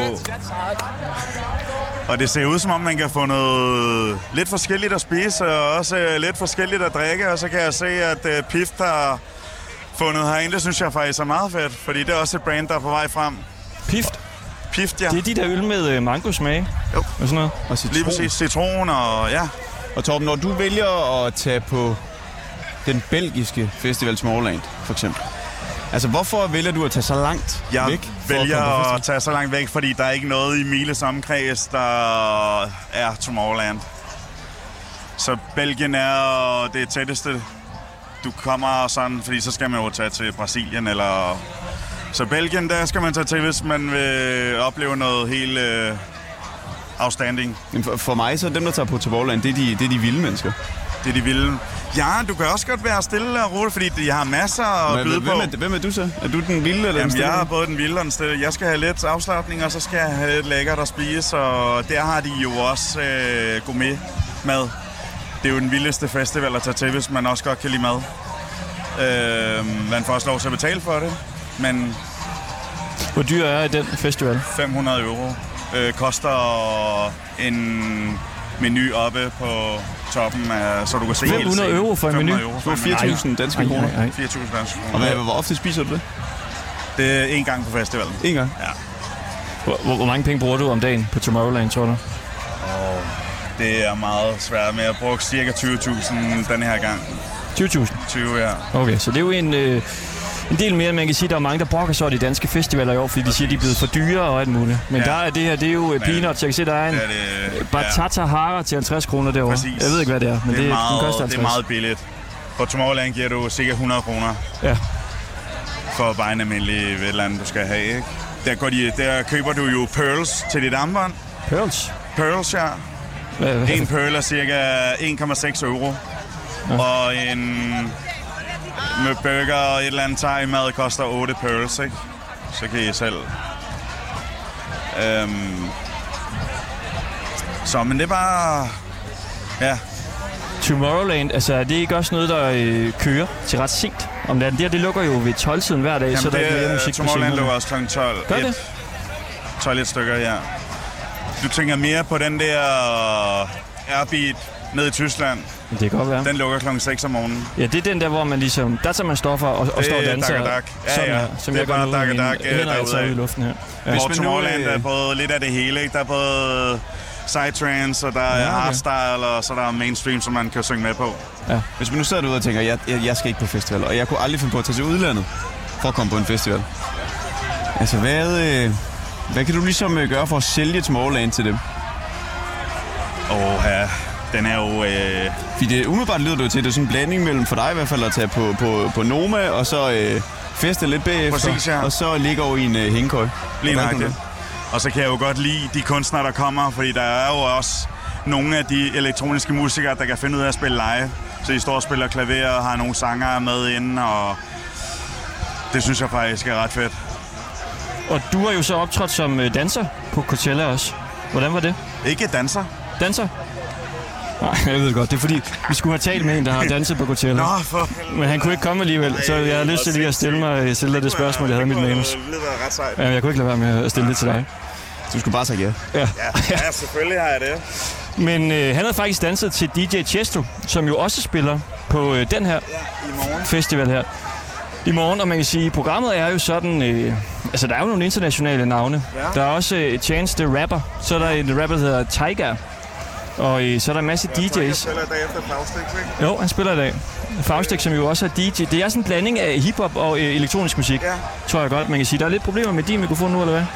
[SPEAKER 3] Og det ser ud, som om man kan få noget lidt forskelligt at spise, og også lidt forskelligt at drikke. Og så kan jeg se, at uh, Pift har fundet herinde. Det synes jeg faktisk er meget fedt, fordi det er også et brand, der er på vej frem.
[SPEAKER 1] Pift?
[SPEAKER 3] Pift, ja.
[SPEAKER 1] Det er de der øl med uh, mangosmage?
[SPEAKER 3] Jo.
[SPEAKER 1] Og sådan noget?
[SPEAKER 2] Og citron.
[SPEAKER 3] Lige præcis. Citron og ja.
[SPEAKER 2] Og Torben, når du vælger at tage på den belgiske festival Tomorrowland, for eksempel. Altså, hvorfor vælger du at tage så langt
[SPEAKER 3] jeg
[SPEAKER 2] væk?
[SPEAKER 3] Jeg vælger at, at tage så langt væk, fordi der er ikke noget i Miles omkreds, der er Tomorrowland. Så Belgien er det tætteste, du kommer sådan, fordi så skal man jo tage til Brasilien eller Så Belgien, der skal man tage til, hvis man vil opleve noget helt øh, outstanding.
[SPEAKER 2] For, for mig så er dem, der tager på Tomorrowland, det er de, det er de vilde mennesker.
[SPEAKER 3] Det er de vilde. Ja, du kan også godt være stille og rolig, fordi jeg har masser at byde på.
[SPEAKER 2] Hvem er, hvem er du så? Er du den vilde eller
[SPEAKER 3] Jamen,
[SPEAKER 2] den stille?
[SPEAKER 3] jeg er både den vilde og den stille. Jeg skal have lidt afslapning, og så skal jeg have lidt lækkert at spise, og der har de jo også øh, gourmet mad. Det er jo den vildeste festival at tage til, hvis man også godt kan lide mad. Øh, man får også lov til at betale for det, men...
[SPEAKER 1] Hvor dyr er den festival?
[SPEAKER 3] fem hundrede euro. Øh, koster en menu oppe på toppen, af, så du kan se
[SPEAKER 1] fem hundrede euro for en menu?
[SPEAKER 2] For fire tusind danske kroner.
[SPEAKER 3] fire tusind danske kroner.
[SPEAKER 2] Og hvad, hvor ofte spiser du det?
[SPEAKER 3] Det er en gang på festivalen.
[SPEAKER 2] En gang?
[SPEAKER 3] Ja.
[SPEAKER 1] Hvor, hvor, hvor mange penge bruger du om dagen på Tomorrowland, tror du?
[SPEAKER 3] Oh, det er meget svært, men jeg har brugt cirka tyve tusind den her gang.
[SPEAKER 1] tyve tusind?
[SPEAKER 3] tyve, ja.
[SPEAKER 1] Okay, så det er jo en... Øh En del mere, man kan sige, der er mange, der brokker sig over de danske festivaler i år, fordi de siger, de er blevet for dyre og alt muligt. Men ja. Der er det her, det er jo peanuts. Jeg kan se, der er en Batata Hara til halvtreds kroner derovre.
[SPEAKER 3] Præcis.
[SPEAKER 1] Jeg ved ikke, hvad det er, men det, er
[SPEAKER 3] det, meget,
[SPEAKER 1] den koster halvtreds.
[SPEAKER 3] Det er meget billigt. På Tomorrowland giver du cirka hundrede kroner.
[SPEAKER 1] Ja.
[SPEAKER 3] For bare en almindelig et eller andet, du skal have, ikke? Der, går de, der køber du jo pearls til dit armbånd.
[SPEAKER 1] Pearls?
[SPEAKER 3] Pearls, ja.
[SPEAKER 1] Hvad, hvad?
[SPEAKER 3] En pearl er cirka en komma seks euro. Ja. Og en... med burger og et eller andet thai-mad koster otte pearls, ikke? Så kan I selv. Øhm. Så, men det er bare... Ja.
[SPEAKER 1] Tomorrowland, altså er det ikke også noget, der øh, kører til ret sent om natten? Det her, det lukker jo ved tolv-tiden hver dag,
[SPEAKER 3] Jamen
[SPEAKER 1] så der
[SPEAKER 3] det,
[SPEAKER 1] er ikke mere musik på
[SPEAKER 3] Tomorrowland
[SPEAKER 1] scenerne.
[SPEAKER 3] lukker også klokken tolv.
[SPEAKER 1] Gør det?
[SPEAKER 3] tolv et stykker, ja. Du tænker mere på den der Airbeat ned i Tyskland.
[SPEAKER 1] Det kan godt være.
[SPEAKER 3] Den lukker klokken seks om morgenen.
[SPEAKER 1] Ja, det er den der, hvor man ligesom... Der tager man stoffer og, og står og danser.
[SPEAKER 3] Det er dak
[SPEAKER 1] Ja,
[SPEAKER 3] sådan
[SPEAKER 1] ja.
[SPEAKER 3] her,
[SPEAKER 1] som
[SPEAKER 3] det
[SPEAKER 1] jeg
[SPEAKER 3] er
[SPEAKER 1] gør
[SPEAKER 3] bare
[SPEAKER 1] nu
[SPEAKER 3] dak
[SPEAKER 1] med mine
[SPEAKER 3] dak
[SPEAKER 1] hænder altså ude i luften her. Ja.
[SPEAKER 3] Hvor Tomorrowland
[SPEAKER 2] nu,
[SPEAKER 3] er både lidt af det hele, ikke? Der er både psytrance, og der er
[SPEAKER 1] ja, okay.
[SPEAKER 3] hardstyle, og så der er mainstream, som man kan synge med på.
[SPEAKER 2] Ja. Hvis man nu sidder derude og tænker, jeg, jeg, jeg skal ikke på festival, og jeg kunne aldrig finde på at tage til udlandet for at komme på en festival. Altså, hvad, øh, hvad kan du ligesom øh, gøre for at sælge Tomorrowland til dem?
[SPEAKER 3] Åh, oh, ja. Den er jo... Øh...
[SPEAKER 2] Fordi det umiddelbart lyder det jo til, at det er sådan en blanding mellem for dig i hvert fald at tage på, på, på Noma, og så øh, feste lidt bagefter,
[SPEAKER 3] Præcis, ja.
[SPEAKER 2] og så ligge over i en øh, hængekøj.
[SPEAKER 3] Lige nøjagtigt. Og så kan jeg jo godt lide de kunstnere, der kommer, fordi der er jo også nogle af de elektroniske musikere, der kan finde ud af at spille live. Så de står og spiller klaver og har nogle sangere med inde, og det synes jeg faktisk er ret fedt.
[SPEAKER 1] Og du har jo så optrådt som øh, danser på Coachella også. Hvordan var det?
[SPEAKER 3] Ikke danser.
[SPEAKER 1] Danser? Nej, jeg ved godt. Det er fordi, vi skulle have talt med en, der har danset på Coachella.
[SPEAKER 3] Nå, for...
[SPEAKER 1] Men han kunne ikke komme alligevel, så jeg har lyst til lige at stille mig stille dig det spørgsmål, jeg havde i mit manus.
[SPEAKER 3] Det var ret sejt.
[SPEAKER 1] Ja, jeg kunne ikke lade være med at stille det til dig.
[SPEAKER 2] Du skulle bare sige ja.
[SPEAKER 1] Ja,
[SPEAKER 3] ja, ja selvfølgelig har jeg det.
[SPEAKER 1] Men øh, han havde faktisk danset til D J Chesto, som jo også spiller på øh, den her
[SPEAKER 3] ja, i morgen.
[SPEAKER 1] festival her. I morgen, og man kan sige, programmet er jo sådan... Øh, altså, der er jo nogle internationale navne. Ja. Der er også øh, Chance the Rapper. Så er der en rapper, der hedder Tiger. Og øh, så er der en masse D J's.
[SPEAKER 3] Jeg spiller i dag efter Faustix, ikke?
[SPEAKER 1] Jo, han spiller i dag. Faustix, som jo også er D J. Det er sådan en blanding af hiphop og øh, elektronisk musik. Ja. Tror jeg godt, man kan sige. Der er lidt problemer med din mikrofon nu, eller hvad?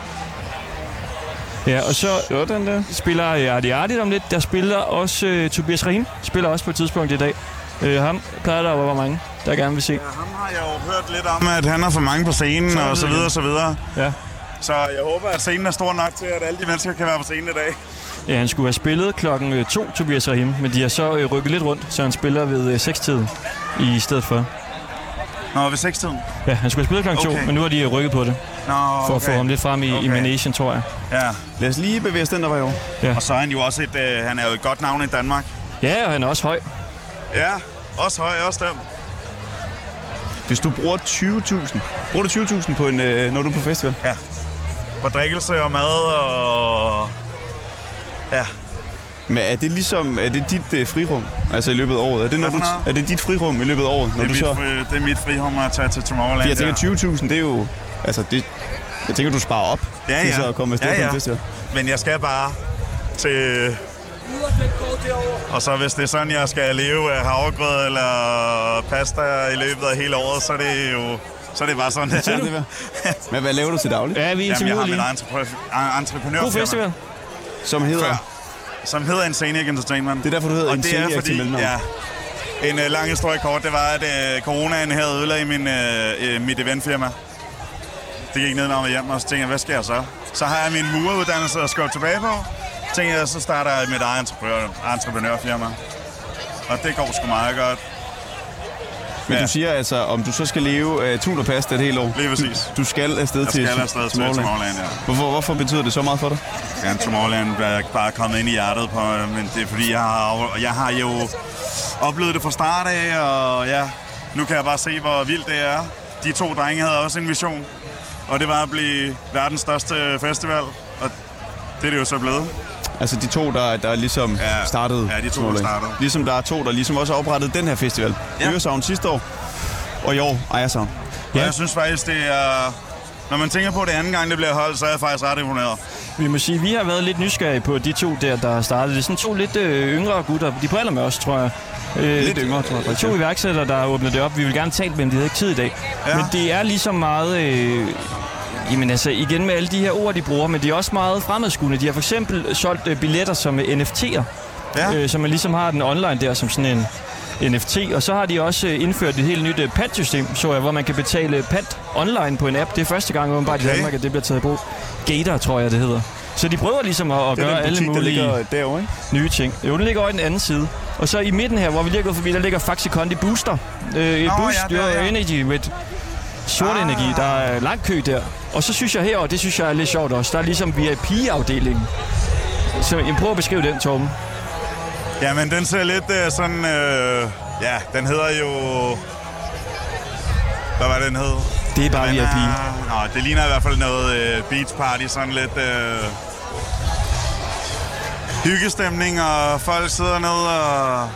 [SPEAKER 1] Ja, og så
[SPEAKER 2] sådan der.
[SPEAKER 1] spiller øh, Arti Arti om lidt. Der spiller også øh, Tobias Rahim. Spiller også på et tidspunkt i dag. Øh, ham plejer der hvor mange, der gerne vil se.
[SPEAKER 3] Ja, ham har jeg jo hørt lidt om, at han er for mange på scenen, så og så videre, og så videre.
[SPEAKER 1] Ja.
[SPEAKER 3] Så jeg håber, at scenen er stor nok til, at alle de mennesker kan være på scenen i dag.
[SPEAKER 1] Ja, han skulle have spillet klokken to, Tobias Rahim, men de har så øh, rykket lidt rundt, så han spiller ved øh, seks-tiden i stedet for.
[SPEAKER 3] Nå, ved seks-tiden?
[SPEAKER 1] Ja, han skulle have spillet klokken okay. to, men nu har de rykket på det.
[SPEAKER 3] Nå, okay.
[SPEAKER 1] For at få ham lidt frem i, okay. i Managen, tror jeg.
[SPEAKER 3] Ja.
[SPEAKER 2] Lad os lige bevæge os den der vej over.
[SPEAKER 1] Ja.
[SPEAKER 3] Og så er han jo også et, øh, han er jo et godt navn i Danmark.
[SPEAKER 1] Ja, og han er også høj.
[SPEAKER 3] Ja, også høj, også dem.
[SPEAKER 2] Hvis du bruger tyve tusind, bruger du tyve tusind på en, øh, når du er på festival?
[SPEAKER 3] Ja. På drikkelse og mad og... Ja.
[SPEAKER 2] Men er det ligesom, er det dit øh, frirum, altså i løbet af året? Er det, når du, er det dit frirum i løbet af året? Når
[SPEAKER 3] det, er
[SPEAKER 2] du så...
[SPEAKER 3] mit, det er mit frirum at tage til Tomorrowland.
[SPEAKER 2] Jeg tænker tyve tusind, det er jo, altså det, jeg tænker du sparer op
[SPEAKER 3] ja,
[SPEAKER 2] til
[SPEAKER 3] ja.
[SPEAKER 2] så at komme afsted
[SPEAKER 3] ja, ja.
[SPEAKER 2] på en festival.
[SPEAKER 3] Men jeg skal bare til... Og så hvis det er sådan, jeg skal leve af havregrød eller pasta i løbet af hele året, så er det jo... Så er det bare sådan, det
[SPEAKER 2] er. Men hvad laver du til daglig?
[SPEAKER 1] Ja, vi interviewer lige.
[SPEAKER 3] Jamen, jeg har min entreprenør.
[SPEAKER 1] God festival.
[SPEAKER 2] Som hedder?
[SPEAKER 3] Før. Som hedder Insaniac Entertainment.
[SPEAKER 2] Det er derfor, du hedder Insaniac til mellemnavn.
[SPEAKER 3] Ja, en uh, lang historie kort, det var, at uh, coronaen havde ødelagt min, uh, mit eventfirma. det gik ned, når jeg var hjemme, og så tænkte jeg, hvad skal jeg så? Så har jeg min mureruddannelse at skubbe tilbage på. Så tænkte jeg, så starter jeg mit eget entreprenør, entreprenørfirma. Og det går sgu meget godt.
[SPEAKER 2] Men ja. Du siger altså, om du så skal leve af tunderpasta et helt år.
[SPEAKER 3] Lige præcis.
[SPEAKER 2] Du skal afsted
[SPEAKER 3] jeg
[SPEAKER 2] til
[SPEAKER 3] skal afsted til Tomorrowland, ja.
[SPEAKER 2] Hvorfor, hvorfor betyder det så meget for dig?
[SPEAKER 3] Ja, Tomorrowland er bare kommet ind i hjertet på, men det er fordi, jeg har, jeg har jo oplevet det fra start af, og ja, nu kan jeg bare se, hvor vildt det er. De to drenge havde også en vision, og det var at blive verdens største festival, og det er det jo så blevet.
[SPEAKER 2] Altså de to, der, der ligesom ja, startede.
[SPEAKER 3] Ja, de to, der startede.
[SPEAKER 2] Ligesom der er to, der ligesom også har oprettet den her festival. Ja. Øresound sidste år, og i år Ejersound.
[SPEAKER 3] Ja. Og jeg synes faktisk, det er... Når man tænker på det anden gang, det bliver holdt, så er jeg faktisk ret imponeret.
[SPEAKER 1] Vi må sige, vi har været lidt nysgerrige på de to der, der startede. Det er sådan to lidt øh, yngre gutter. De priller med os, tror jeg.
[SPEAKER 2] Øh, lidt yngre, tror jeg.
[SPEAKER 1] To iværksættere, der har åbnet det op. Vi vil gerne tale med dem, de havde ikke tid i dag. Ja. Men det er ligesom meget... Øh, Jamen altså, igen med alle de her ord, de bruger, men de er også meget fremadskuende. De har for eksempel solgt øh, billetter som N F T'er, ja. øh, så man ligesom har den online der som sådan en N F T. Og så har de også øh, indført et helt nyt øh, pantsystem, så jeg, hvor man kan betale pant online på en app. Det er første gang åbenbart okay. i Danmark, at det bliver taget i brug. Gator, tror jeg, det hedder. Så de prøver ligesom at, at gøre butik, alle mulige
[SPEAKER 2] derovre, ikke?
[SPEAKER 1] nye ting. Jo, den ligger over i den anden side. Og så i midten her, hvor vi lige er gået forbi, der ligger Faxi Kondi Booster. Øh, et Nå, boost, ja, der, ja. Energy with sort ah. energi. Der er lang kø der. Og så synes jeg herovre, det synes jeg er lidt sjovt også, der er ligesom V I P-afdelingen. Så jeg prøver at beskrive den, Torben.
[SPEAKER 3] Jamen, den ser lidt uh, sådan... Uh, ja, den hedder jo... Hvad var det, den hed?
[SPEAKER 1] Det er bare
[SPEAKER 3] den
[SPEAKER 1] V I P.
[SPEAKER 3] Er, nå, det ligner i hvert fald noget uh, beach party, sådan lidt... Uh, hyggestemning, og folk sidder nede og...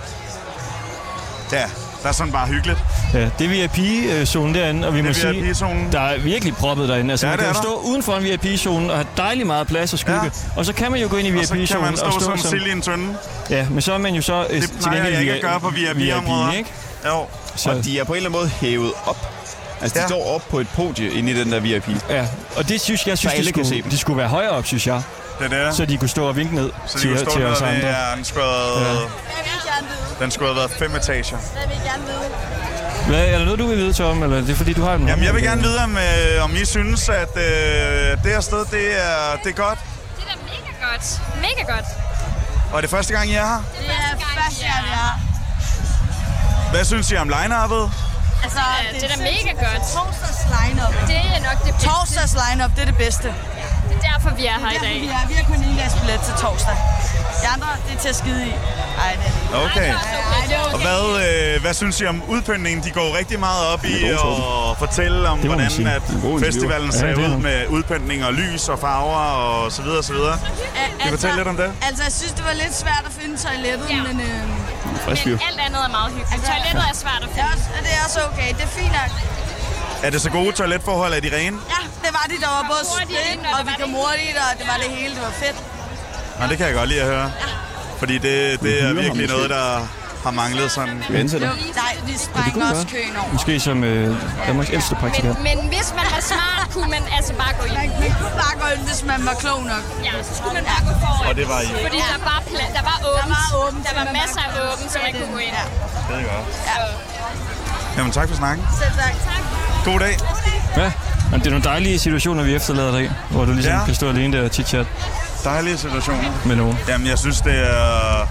[SPEAKER 3] Ja, der er sådan bare hyggeligt.
[SPEAKER 1] Ja, det er V I P-zonen derinde, og vi må sige, der er virkelig proppet derinde. Altså, ja, man kan jo stå uden for en V I P-zonen og have dejligt meget plads og skygge, ja. Og så kan man jo gå ind i V I P-zonen
[SPEAKER 3] og så kan man stå, og stå som sild i en tønde.
[SPEAKER 1] Ja, men så er man jo så...
[SPEAKER 3] Det plejer jeg ikke at gøre på V I P-områder.
[SPEAKER 2] ikke? Jo. Så. Og de er på en eller anden måde hævet op. Altså, de ja. står op på et podie inde i den der V I P.
[SPEAKER 1] Ja, og det synes jeg, synes, de skulle, de skulle være højere op, synes jeg.
[SPEAKER 3] Det er det.
[SPEAKER 1] Så de kunne stå og vinke ned
[SPEAKER 3] så de
[SPEAKER 1] til,
[SPEAKER 3] kunne stå
[SPEAKER 1] til os
[SPEAKER 3] andre.
[SPEAKER 1] andre.
[SPEAKER 3] Ja, den skulle have været, ja. den skulle have været fem etager.
[SPEAKER 4] Hvad vil I gerne vide?
[SPEAKER 1] Hvad, er der noget, du vil vide, Tom, eller det er fordi, du har den?
[SPEAKER 3] Jamen, jeg vil gerne vide, om, øh, om I synes, at øh, det her sted, det er, det er godt.
[SPEAKER 4] Det er da mega godt. Mega godt.
[SPEAKER 3] Og er det første gang, I er her?
[SPEAKER 4] Det er første gang, vi er her.
[SPEAKER 3] Hvad synes I om line-uppet?
[SPEAKER 4] Altså, det, det er da mega godt. Torsdags line-up. Det er nok det bedste. Torsdags line-up, det er det bedste. Ja, det er derfor, vi er her i dag. Vi er, vi er kun en dags billet til torsdag. De andre, det er til at skide i. Ej, det er det.
[SPEAKER 3] Okay.
[SPEAKER 4] Ej, det er okay.
[SPEAKER 3] Og hvad, øh, hvad synes I om udpyntningen? De går rigtig meget op i at fortælle om, hvordan at festivalen ser ud med udpyntning og lys og farver og så videre og så videre. Kan I fortælle lidt om det?
[SPEAKER 4] Altså, jeg synes, det var lidt svært at finde toilettet, ja. men... Øh,
[SPEAKER 7] men alt andet er meget hyggeligt. Altså, toilettet er svært at finde.
[SPEAKER 4] Det er, også, det er også okay. Det er fint nok.
[SPEAKER 3] Er det så gode toiletforhold? Er de rene?
[SPEAKER 4] Ja, det var de. Der var både split, og vi kom hurtigt, og det var det hele. Det var fedt.
[SPEAKER 3] Nå, det kan jeg godt lide at høre. Ja. Fordi det, det er virkelig noget, der har manglet sådan.
[SPEAKER 2] Vente dig.
[SPEAKER 4] Nej, vi sprænger også køen over.
[SPEAKER 1] Måske som øh, Danmarks ældste praktikant.
[SPEAKER 7] Men, men hvis man var smart, kunne man altså bare gå ind.
[SPEAKER 4] Man, man kunne bare gå ind, hvis man var klog nok.
[SPEAKER 7] Ja, så skulle man bare gå foran.
[SPEAKER 3] Og det var I.
[SPEAKER 7] Fordi ja. der var pla- der var åbent. Der var, åbent, der var masser af åbent, så man kunne gå ind.
[SPEAKER 3] Ja. Det er godt. Ja. Jamen tak for snakken.
[SPEAKER 4] Selv tak. Tak.
[SPEAKER 3] God dag.
[SPEAKER 1] Ja, men det er nogle dejlige situationer, vi efterlader dig, hvor du ligesom ja. kan stå alene der og chit-chat.
[SPEAKER 3] Dejlige situationer.
[SPEAKER 1] Med nogen.
[SPEAKER 3] Jamen, jeg synes, det er...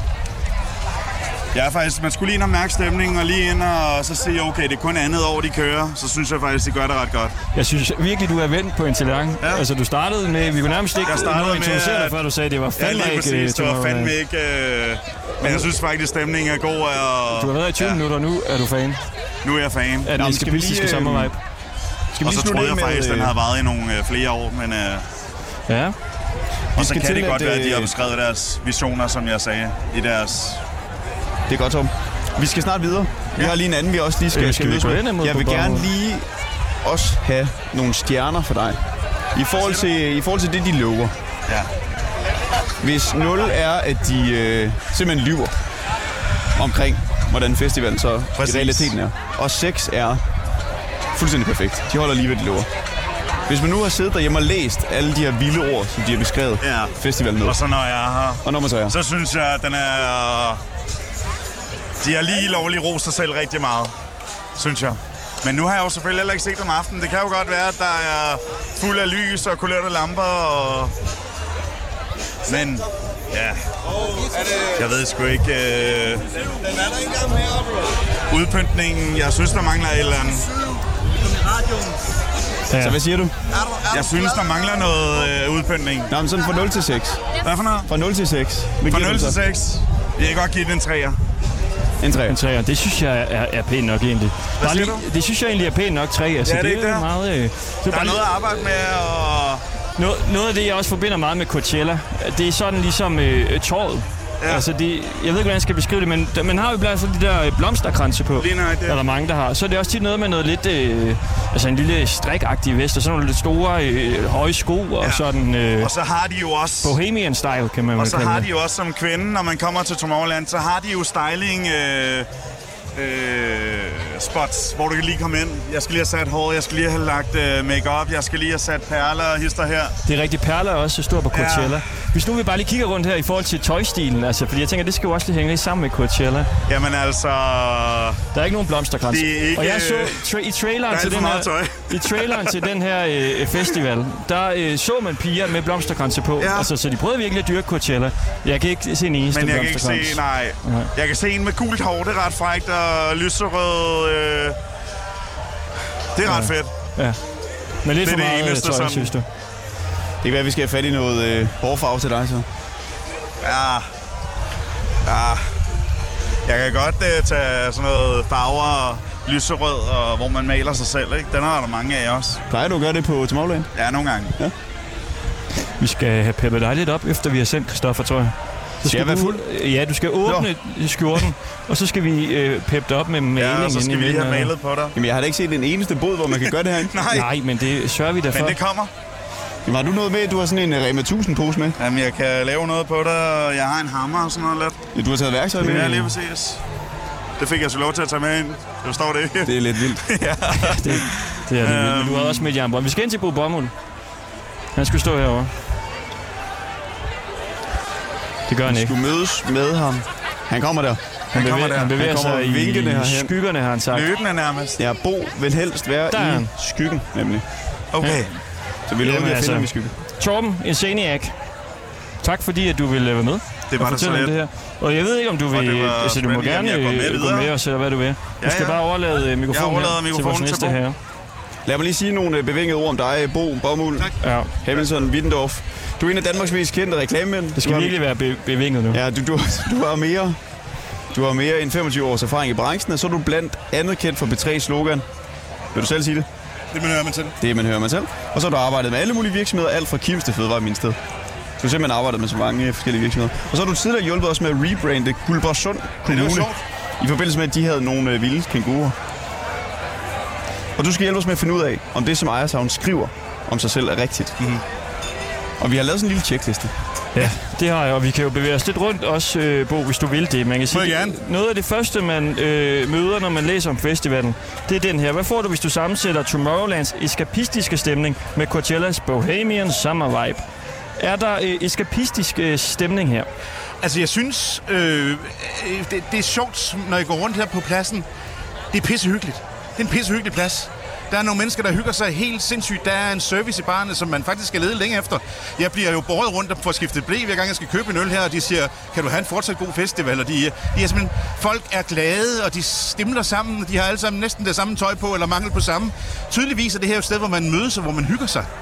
[SPEAKER 3] Jeg er faktisk... Man skulle lige ind og mærke stemningen, og lige ind og så sige, okay, det er kun andet år, de kører. Så synes jeg faktisk, de gør det ret godt.
[SPEAKER 1] Jeg synes virkelig, du er vendt på en tallerken. Ja. Altså, du startede med... Vi kunne nærmest ikke nå at introducere dig, før du sagde, det var fandme
[SPEAKER 3] ja,
[SPEAKER 1] ikke...
[SPEAKER 3] Ja, præcis. Det var fandme ikke... Øh... Men jeg synes faktisk, stemningen er god. Og...
[SPEAKER 1] Du har været i tyve ja. minutter, nu er du fan.
[SPEAKER 3] Nu er jeg fan.
[SPEAKER 1] Er den eskapistiske øh... sommervibe?
[SPEAKER 3] Og så troede jeg faktisk, at den havde varet i nogle øh, flere år, men... Øh...
[SPEAKER 1] Ja.
[SPEAKER 3] Og så kan det godt være, at de har beskrevet deres visioner, som jeg sagde, i deres...
[SPEAKER 2] Det er godt, Tom. Vi skal snart videre. Vi ja. har lige en anden, vi også lige skal...
[SPEAKER 1] Øh, skal vi
[SPEAKER 2] skal vi jeg vil gerne lige også have nogle stjerner for dig. I forhold til, i forhold til det, de lover.
[SPEAKER 3] Ja.
[SPEAKER 2] Hvis nul er, at de øh, simpelthen lyver omkring, hvordan festivalen så Præcis. i realiteten er. Og seks er fuldstændig perfekt. De holder lige, hvad de lover. Hvis man nu har siddet derhjemme og læst alle de her vilde ord, som de har beskrevet ja. festivalen med.
[SPEAKER 3] Og så når jeg er her,
[SPEAKER 2] og når man så, er.
[SPEAKER 3] så synes jeg, at den er... De har lige lovligt rost sig selv rigtig meget, synes jeg. Men nu har jeg jo selvfølgelig heller ikke set om aftenen. Det kan jo godt være, at der er fuld af lys og kulørte lamper og... Men, ja... Jeg ved sgu ikke... Øh... Udpyntningen, jeg synes, der mangler et eller andet.
[SPEAKER 2] Ja. Så hvad siger du?
[SPEAKER 3] Jeg synes, der mangler noget øh, udpyntning.
[SPEAKER 2] Nå, men sådan fra nul til seks.
[SPEAKER 3] Hvad for noget?
[SPEAKER 2] Fra nul til seks.
[SPEAKER 3] Fra nul til seks. Jeg kan godt give den en treer.
[SPEAKER 2] En træer.
[SPEAKER 1] En træer. Det synes jeg er, er pænt nok egentlig.
[SPEAKER 3] Hvad siger
[SPEAKER 1] lige,
[SPEAKER 3] du?
[SPEAKER 1] Det synes jeg egentlig er pænt nok tre. Altså,
[SPEAKER 3] ja, det, det er ikke
[SPEAKER 1] meget, øh,
[SPEAKER 3] der er noget at arbejde med, og...
[SPEAKER 1] Noget, noget af det, jeg også forbinder meget med Coachella, det er sådan ligesom øh, tåret. Ja. Altså det, jeg ved ikke, hvordan jeg skal beskrive det, men man har jo blandt andet de der blomsterkranse på.
[SPEAKER 3] Lige nok, det.
[SPEAKER 1] Der er der mange, der har. Så er det også tit noget med noget lidt, øh, altså en lille strikagtig vest, og sådan nogle lidt store, øh, høje sko, og ja. sådan... Øh,
[SPEAKER 3] og så har de jo også...
[SPEAKER 1] Bohemian style, kan man
[SPEAKER 3] Og
[SPEAKER 1] vel
[SPEAKER 3] så
[SPEAKER 1] kalde
[SPEAKER 3] har
[SPEAKER 1] det.
[SPEAKER 3] de jo også som kvinde, når man kommer til Tomorrowland, så har de jo styling... Øh, øh, spots, hvor du kan lige komme ind. Jeg skal lige have sat hår, jeg skal lige have lagt øh, make-up, jeg skal lige have sat perler og hister her.
[SPEAKER 1] Det er rigtigt. Perler er også stor på Coachella.
[SPEAKER 3] Ja.
[SPEAKER 1] Hvis nu vi bare lige kigger rundt her i forhold til tøjstilen, altså, fordi jeg tænker, det skal jo også lige hænge lidt sammen med Coachella.
[SPEAKER 3] Jamen altså...
[SPEAKER 1] Der er ikke nogen blomsterkrans.
[SPEAKER 3] Ikke...
[SPEAKER 1] Og jeg så tra- i traileren til den her, i traileren til den her øh, festival, der øh, så man piger med blomsterkranse på. Ja. Altså, så de prøvede virkelig at dyrke Coachella. Jeg kan ikke se en eneste
[SPEAKER 3] Men jeg kan
[SPEAKER 1] blomsterkrans.
[SPEAKER 3] ikke se, nej. nej. Jeg kan se en med gult hår, det er ret frækt, og lyserød... Øh... Det er ret
[SPEAKER 1] ja.
[SPEAKER 3] fedt.
[SPEAKER 1] Ja. Men lidt
[SPEAKER 3] det
[SPEAKER 1] for meget
[SPEAKER 3] eneste,
[SPEAKER 1] tøj,
[SPEAKER 3] som...
[SPEAKER 1] synes du?
[SPEAKER 2] Det kan være, at vi skal have fat i noget øh, hårfarve til dig, så.
[SPEAKER 3] Ja. Ja. Jeg kan godt uh, tage sådan noget farver, lyserød, og hvor man maler sig selv, ikke? Den har der mange af også.
[SPEAKER 2] Plejer du at gøre det på Tomorrowland?
[SPEAKER 3] Ja, nogle gange. Ja.
[SPEAKER 1] Vi skal have peppet dig lidt op, efter vi har sendt Christoffer, tror jeg. Så
[SPEAKER 2] skal jeg være fuld?
[SPEAKER 1] Ja, du skal åbne jo. skjorten, og så skal vi øh, peppe det op med maling.
[SPEAKER 3] Ja, og så skal vi lige have malet på dig.
[SPEAKER 2] Jamen, jeg har da ikke set en eneste båd, hvor man kan gøre det her.
[SPEAKER 3] Nej.
[SPEAKER 1] Nej, men det sørger vi da for.
[SPEAKER 3] Men det kommer.
[SPEAKER 2] Jamen, har du noget med? Du har sådan en Rema tusind pose med.
[SPEAKER 3] Jamen, jeg kan lave noget på dig, og jeg har en hammer og sådan noget lidt.
[SPEAKER 2] Ja, du har taget værktøj med?
[SPEAKER 3] Ja, lige præcis. Det fik jeg så lov til at tage med ind. Det forstår det ikke.
[SPEAKER 2] Det er lidt vildt.
[SPEAKER 1] ja, det, det er lidt vildt. Men du har også med jernbånd. Vi skal ind til Bo Bomuld. Han skulle stå herovre. Det gør han
[SPEAKER 2] ikke.
[SPEAKER 1] Vi
[SPEAKER 2] skulle mødes med ham. Han kommer der.
[SPEAKER 1] Han, han, kommer bevæger, der. han bevæger han sig i herhen. Skyggerne, har han sagt.
[SPEAKER 3] Løbende nærmest.
[SPEAKER 2] Ja, Bo vil helst være der i skyggen, nemlig.
[SPEAKER 3] Okay. Ja.
[SPEAKER 2] Så vi lover, at altså, finde ham i skyggen.
[SPEAKER 1] Torben Inseniak, tak fordi, at du ville være med.
[SPEAKER 3] Det var det så lidt.
[SPEAKER 1] Det her. Og jeg ved ikke, om du vil... Altså, du må gerne med gå med os, eller hvad du vil. Ja, ja. Du skal bare overlade mikrofonen her til vores næste herre.
[SPEAKER 2] Lad mig lige sige nogle bevingede ord om dig, Bo Bomuld.
[SPEAKER 1] Ja.
[SPEAKER 2] Hamilton Wittendorf. Du er en af Danmarks mest kendte reklamemænd.
[SPEAKER 1] Det skal
[SPEAKER 2] har...
[SPEAKER 1] virkelig være be- bevinget nu.
[SPEAKER 2] Ja, du, du, du har mere... Du har mere end femogtyve års erfaring i branchen, og så er du blandt andet kendt for B tre's slogan. Vil du selv sige det?
[SPEAKER 3] Det man hører man selv.
[SPEAKER 2] Det man hører man selv. Og så har du arbejdet med alle mulige virksomheder, alt fra Kims til Fødevareministeriet. Du har simpelthen arbejdet med så mange forskellige virksomheder. Og så har du tidligere hjulpet os med at rebrande Guldborgsund Kommune. I forbindelse med, at de havde nogle øh, vilde kænguruer. Og du skal hjælpe os med at finde ud af, om det, som Ejershavn skriver om sig selv, er rigtigt. Mm-hmm. Og vi har lavet sådan en lille checkliste.
[SPEAKER 1] Ja, det har jeg, og vi kan jo bevæge os lidt rundt også, øh, Bo, hvis du vil det. Man kan sige, det, noget af det første, man øh, møder, når man læser om festivalen, det er den her. Hvad får du, hvis du sammensætter Tomorrowlands eskapistiske stemning med Coachellas Bohemian Summer Vibe? Er der øh, eskapistisk øh, stemning her?
[SPEAKER 8] Altså, jeg synes, øh, det, det er sjovt, når jeg går rundt her på pladsen. Det er pissehyggeligt. Det er en pissehyggelig plads. Der er nogle mennesker, der hygger sig helt sindssygt. Der er en service i barnet, som man faktisk skal lede længe efter. Jeg bliver jo båret rundt for at skifte blæ, hver gang jeg skal købe en øl her, og de siger, kan du have en fortsat god festival? Og de, de er simpelthen, folk er glade, og de stimler sammen, og de har alle sammen næsten det samme tøj på, eller mangel på samme. Tydeligvis er det her et sted, hvor man mødes, og hvor man hygger sig.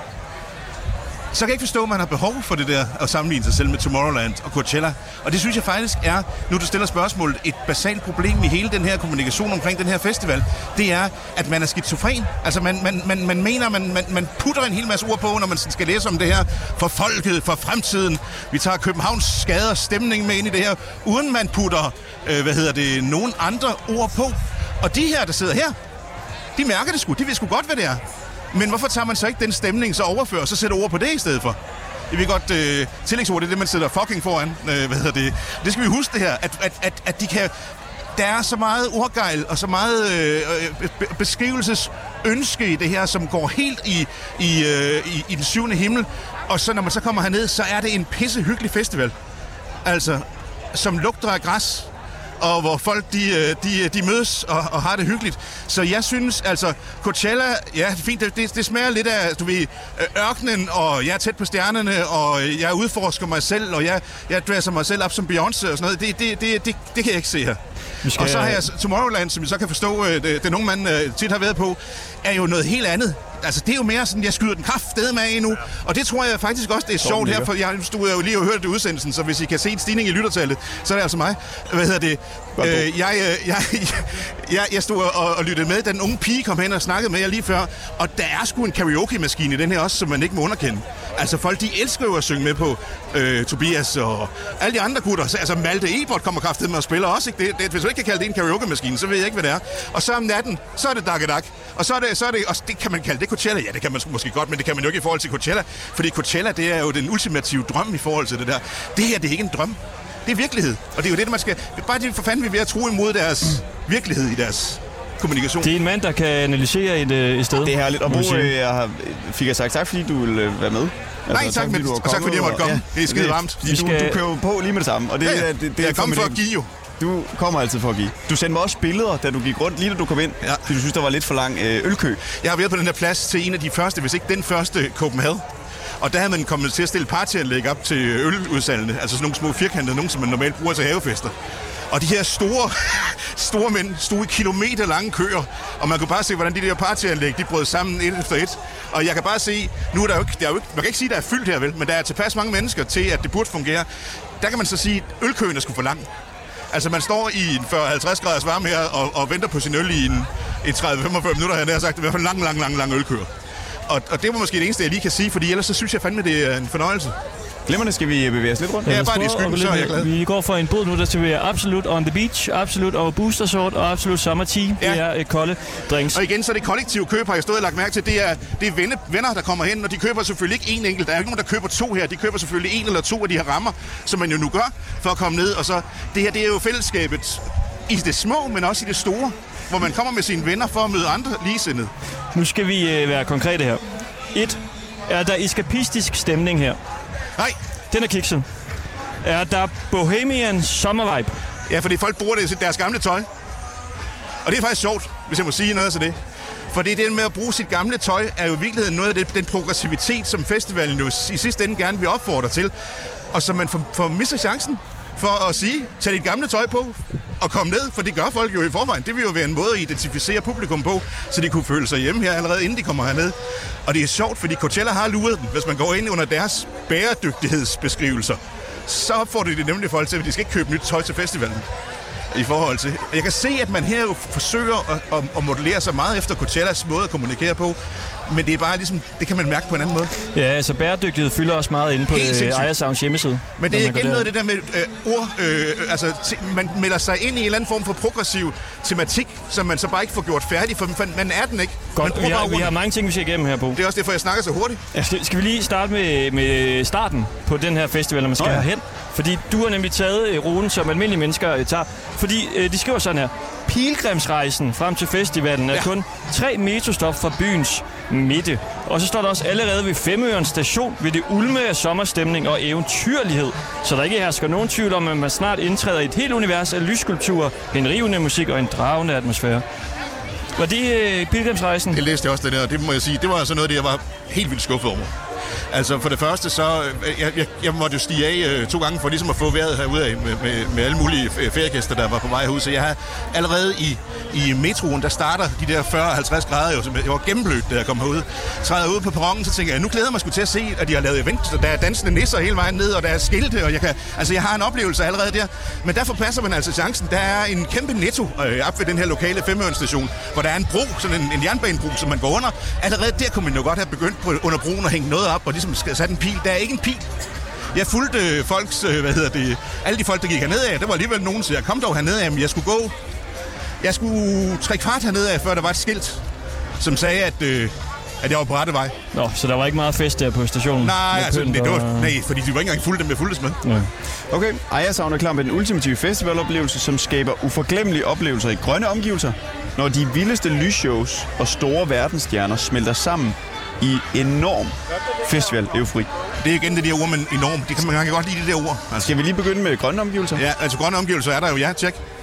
[SPEAKER 8] Så kan jeg ikke forstå, at man har behov for det der at sammenligne sig selv med Tomorrowland og Coachella. Og det synes jeg faktisk er, nu du stiller spørgsmålet, et basalt problem i hele den her kommunikation omkring den her festival. Det er, at man er skizofren. Altså man, man, man, man mener, man, man, man putter en hel masse ord på, når man skal læse om det her for folket, for fremtiden. Vi tager Københavns skader stemning med ind i det her, uden man putter, øh, hvad hedder det, nogen andre ord på. Og de her, der sidder her, de mærker det sgu. De ved sgu godt, hvad det er. Men hvorfor tager man så ikke den stemning, så overfører, og så sætter ord på det i stedet for? Jeg ved godt, øh, tillægsord, det er det, man sætter fucking foran. Øh, hvad hedder det? Det skal vi huske det her, at, at, at, at de kan... Der er så meget ordgejl og så meget øh, beskrivelsesønske i det her, som går helt i, i, øh, i, i den syvende himmel. Og så når man så kommer herned, så er det en pissehyggelig festival. Altså, som lugter af græs. og hvor folk de, de, de mødes og, og har det hyggeligt. Så jeg synes, altså, Coachella, ja, fint, det, det smager lidt af, du ved, ørkenen, og jeg er tæt på stjernerne, og jeg udforsker mig selv, og jeg, jeg dresser mig selv op som Beyoncé og sådan noget. Det, det, det, det, det kan jeg ikke se her. Skal... Og så har jeg Tomorrowland, som jeg så kan forstå, det, det nogen mand tit har været på, er jo noget helt andet. Altså, det er jo mere sådan, jeg skyder den kraftedeme af endnu. Og det tror jeg faktisk også, det er sjovt her, for jeg stod jo lige og hørte det udsendelsen, så hvis I kan se en stigning i lyttertallet, så er det altså mig. Hvad hedder det? Øh, jeg, jeg, jeg, jeg stod og, og lyttede med, da den unge pige kom hen og snakkede med jer lige før, og der er sgu en karaoke-maskine i den her også, som man ikke må underkende. Altså, folk, de elsker jo at synge med på øh, Tobias og alle de andre gutter. Altså, Malte Ebert kommer kraftedeme og spiller også, ikke? Det, det, hvis du ikke kan kalde det en karaoke-maskine, så ved jeg ikke, hvad det er. Og så om natten, så er det Dakkedak. Og så er det, så er det, og det kan man kalde det Coachella. Ja, det kan man måske godt, men det kan man jo ikke i forhold til Coachella. Fordi Coachella, det er jo den ultimative drøm i forhold til det der. Det her, det er ikke en drøm. Det er virkelighed. Og det er jo det, man skal... Bare det for fanden, vi er ved at tro imod deres virkelighed i deres kommunikation.
[SPEAKER 1] Det er en mand, der kan analysere et, et sted. Det er
[SPEAKER 2] herligt. Og Bo, jeg har, fik jeg sagt tak, fordi du vil være med?
[SPEAKER 8] Altså, Nej, tak, tak, men, og tak fordi jeg måtte komme. Ja, det er skide varmt.
[SPEAKER 2] Du, skal... du kører på lige med det samme. Og det, ja, ja. det, det, det
[SPEAKER 8] jeg kommer for at give jo.
[SPEAKER 2] Du kommer altid for at give. Du sendte mig også billeder, da du gik rundt, lige da du kom ind, ja. Fordi du synes, der var lidt for lang øh, ølkø.
[SPEAKER 8] Jeg har været på den her plads til en af de første, hvis ikke den første, Copenhagen. Og der havde man kommet til at stille partyanlæg op til øludsalgene, altså sådan nogle små firkantede, nogle som man normalt bruger til havefester. Og de her store, store mænd stod i kilometer lange køer, og man kunne bare se, hvordan de der partyanlæg, de brød sammen et efter et. Og jeg kan bare se, nu er der jo ikke, der er jo ikke, man kan ikke sige, at der er fyldt her, vel, men der er tilpas mange mennesker til, at det burde fungere. Der kan man så sige, at ølkøen er sgu for lang. Altså, man står i en fyrre til halvtreds graders varme her og, og venter på sin øl i en, en tredive til femogfyrre minutter, her, der har sagt, det er i hvert fald en lang, lang, lang, lang ølkøer. Og, og det var måske det eneste, jeg lige kan sige, fordi ellers så synes jeg fandme, det er en fornøjelse.
[SPEAKER 2] Glemmerne, skal vi bevæge os lidt rundt?
[SPEAKER 8] Ja, ja bare det skylden, så er jeg glad.
[SPEAKER 1] Vi går for en båd nu, der skal være Absolut on the beach, Absolut over Booster Sort og Absolut Summer Tea. Ja. Det er et kolde drinks.
[SPEAKER 8] Og igen, så er det kollektive køb, har jeg stået og lagt mærke til. Det er, det er venner, venner, der kommer hen, og de køber selvfølgelig ikke en enkelt. Der er ikke nogen, der køber to her. De køber selvfølgelig en eller to af de her rammer, som man jo nu gør, for at komme ned. Og så, det her, det er jo fællesskabet i det små, men også i det store, hvor man kommer med sine venner for at møde andre ligesindede.
[SPEAKER 1] Nu skal vi øh, være konkrete her. Et, er der eskapistisk stemning her?
[SPEAKER 8] Nej.
[SPEAKER 1] Den er kikset. Er der Bohemian sommervibe?
[SPEAKER 8] Ja, fordi folk bruger det i deres gamle tøj. Og det er faktisk sjovt, hvis jeg må sige noget til det. Fordi det med at bruge sit gamle tøj er jo i virkeligheden noget af det, den progressivitet, som festivalen jo i sidste ende gerne vil opfordre til. Og så man får, får misser chancen for at sige, tag dit gamle tøj på og kom ned, for det gør folk jo i forvejen. Det vil jo være en måde at identificere publikum på, så de kunne føle sig hjemme her allerede inden de kommer herned. Og det er sjovt, fordi Coachella har luret den. Hvis man går ind under deres bæredygtighedsbeskrivelser, så får det nemlig folk til, at de skal ikke købe nyt tøj til festivalen. I forhold til. Jeg kan se, at man her jo forsøger at, at, at modellere sig meget efter Coachellas måde at kommunikere på, men det er bare ligesom, det kan man mærke på en anden måde.
[SPEAKER 1] Ja, altså bæredygtighed fylder også meget inde på Aya Sounds hjemmeside.
[SPEAKER 8] Men det er igen noget af det der med øh, ord, øh, altså t- man melder sig ind i en eller anden form for progressiv tematik, som man så bare ikke får gjort færdig, for man er den ikke.
[SPEAKER 1] Godt, vi har, vi har mange ting, vi skal igennem her på.
[SPEAKER 8] Det er også derfor, jeg snakker så hurtigt.
[SPEAKER 1] Ja, skal vi lige starte med, med starten på den her festival, når man skal oh, ja. hen? Fordi du har nemlig taget ruten, som almindelige mennesker tager. Fordi øh, de skriver sådan her. Pilgrimsrejsen frem til festivalen er ja. kun tre metrostop fra byens midte. Og så står der også allerede ved Femøren station ved det ulme af sommerstemning og eventyrlighed. Så der ikke hersker nogen tvivl om, at man snart indtræder i et helt univers af lysskulpturer, en rivende musik og en dragende atmosfære. Var det øh, Pilgrimsrejsen?
[SPEAKER 8] Jeg læste også det der, og det må jeg sige, det var altså noget, det jeg var helt vildt skuffet over. Altså for det første, så jeg, jeg, jeg måtte jo stige af øh, to gange for ligesom at få vejret herude af med, med, med alle mulige feriegæster, der var på vej herud. Så jeg har allerede i, i metroen, der starter de der fyrre til halvtreds grader, jo, jeg var gennemblødt, da jeg kom herud. Træder ud på perronen, så tænker jeg, nu glæder jeg mig sgu til at se, at de har lavet event. Der er dansende nisser hele vejen ned, og der er skilte, og jeg kan, altså jeg har en oplevelse allerede der. Men derfor passer man altså chancen. Der er en kæmpe netto øh, op ved den her lokale Femøren station, hvor der er en bro, sådan en, en jernbanebro, som man går under. Allerede der kunne man jo godt have begyndt på, under broen at hænge noget op, og ligesom skal sætte en pil. Der er ikke en pil. Jeg fulgte øh, folks, øh, hvad hedder det, alle de folk, der gik herned af. Der var alligevel nogen, så jeg kom dog herned af, men jeg skulle gå, jeg skulle tre kvart herned af, før der var et skilt, som sagde, at, øh, at jeg var på rette vej.
[SPEAKER 1] Nå, så der var ikke meget fest der på stationen?
[SPEAKER 8] Nej, altså, det, det var, nej, fordi de var ikke engang fulde, dem jeg fuldtes med.
[SPEAKER 2] Ja. Okay, Aya Sound er klar med den ultimative festivaloplevelse, som skaber uforglemmelige oplevelser i grønne omgivelser, når de vildeste lysshows og store verdensstjerner smelter sammen i enorm festival-eufori.
[SPEAKER 8] Det er igen det der ord, men enorm. Det kan man, man kan godt lide det der ord.
[SPEAKER 2] Altså. Skal vi lige begynde med grønne omgivelser?
[SPEAKER 8] Ja, altså grønne omgivelser er der jo, ja, tjek.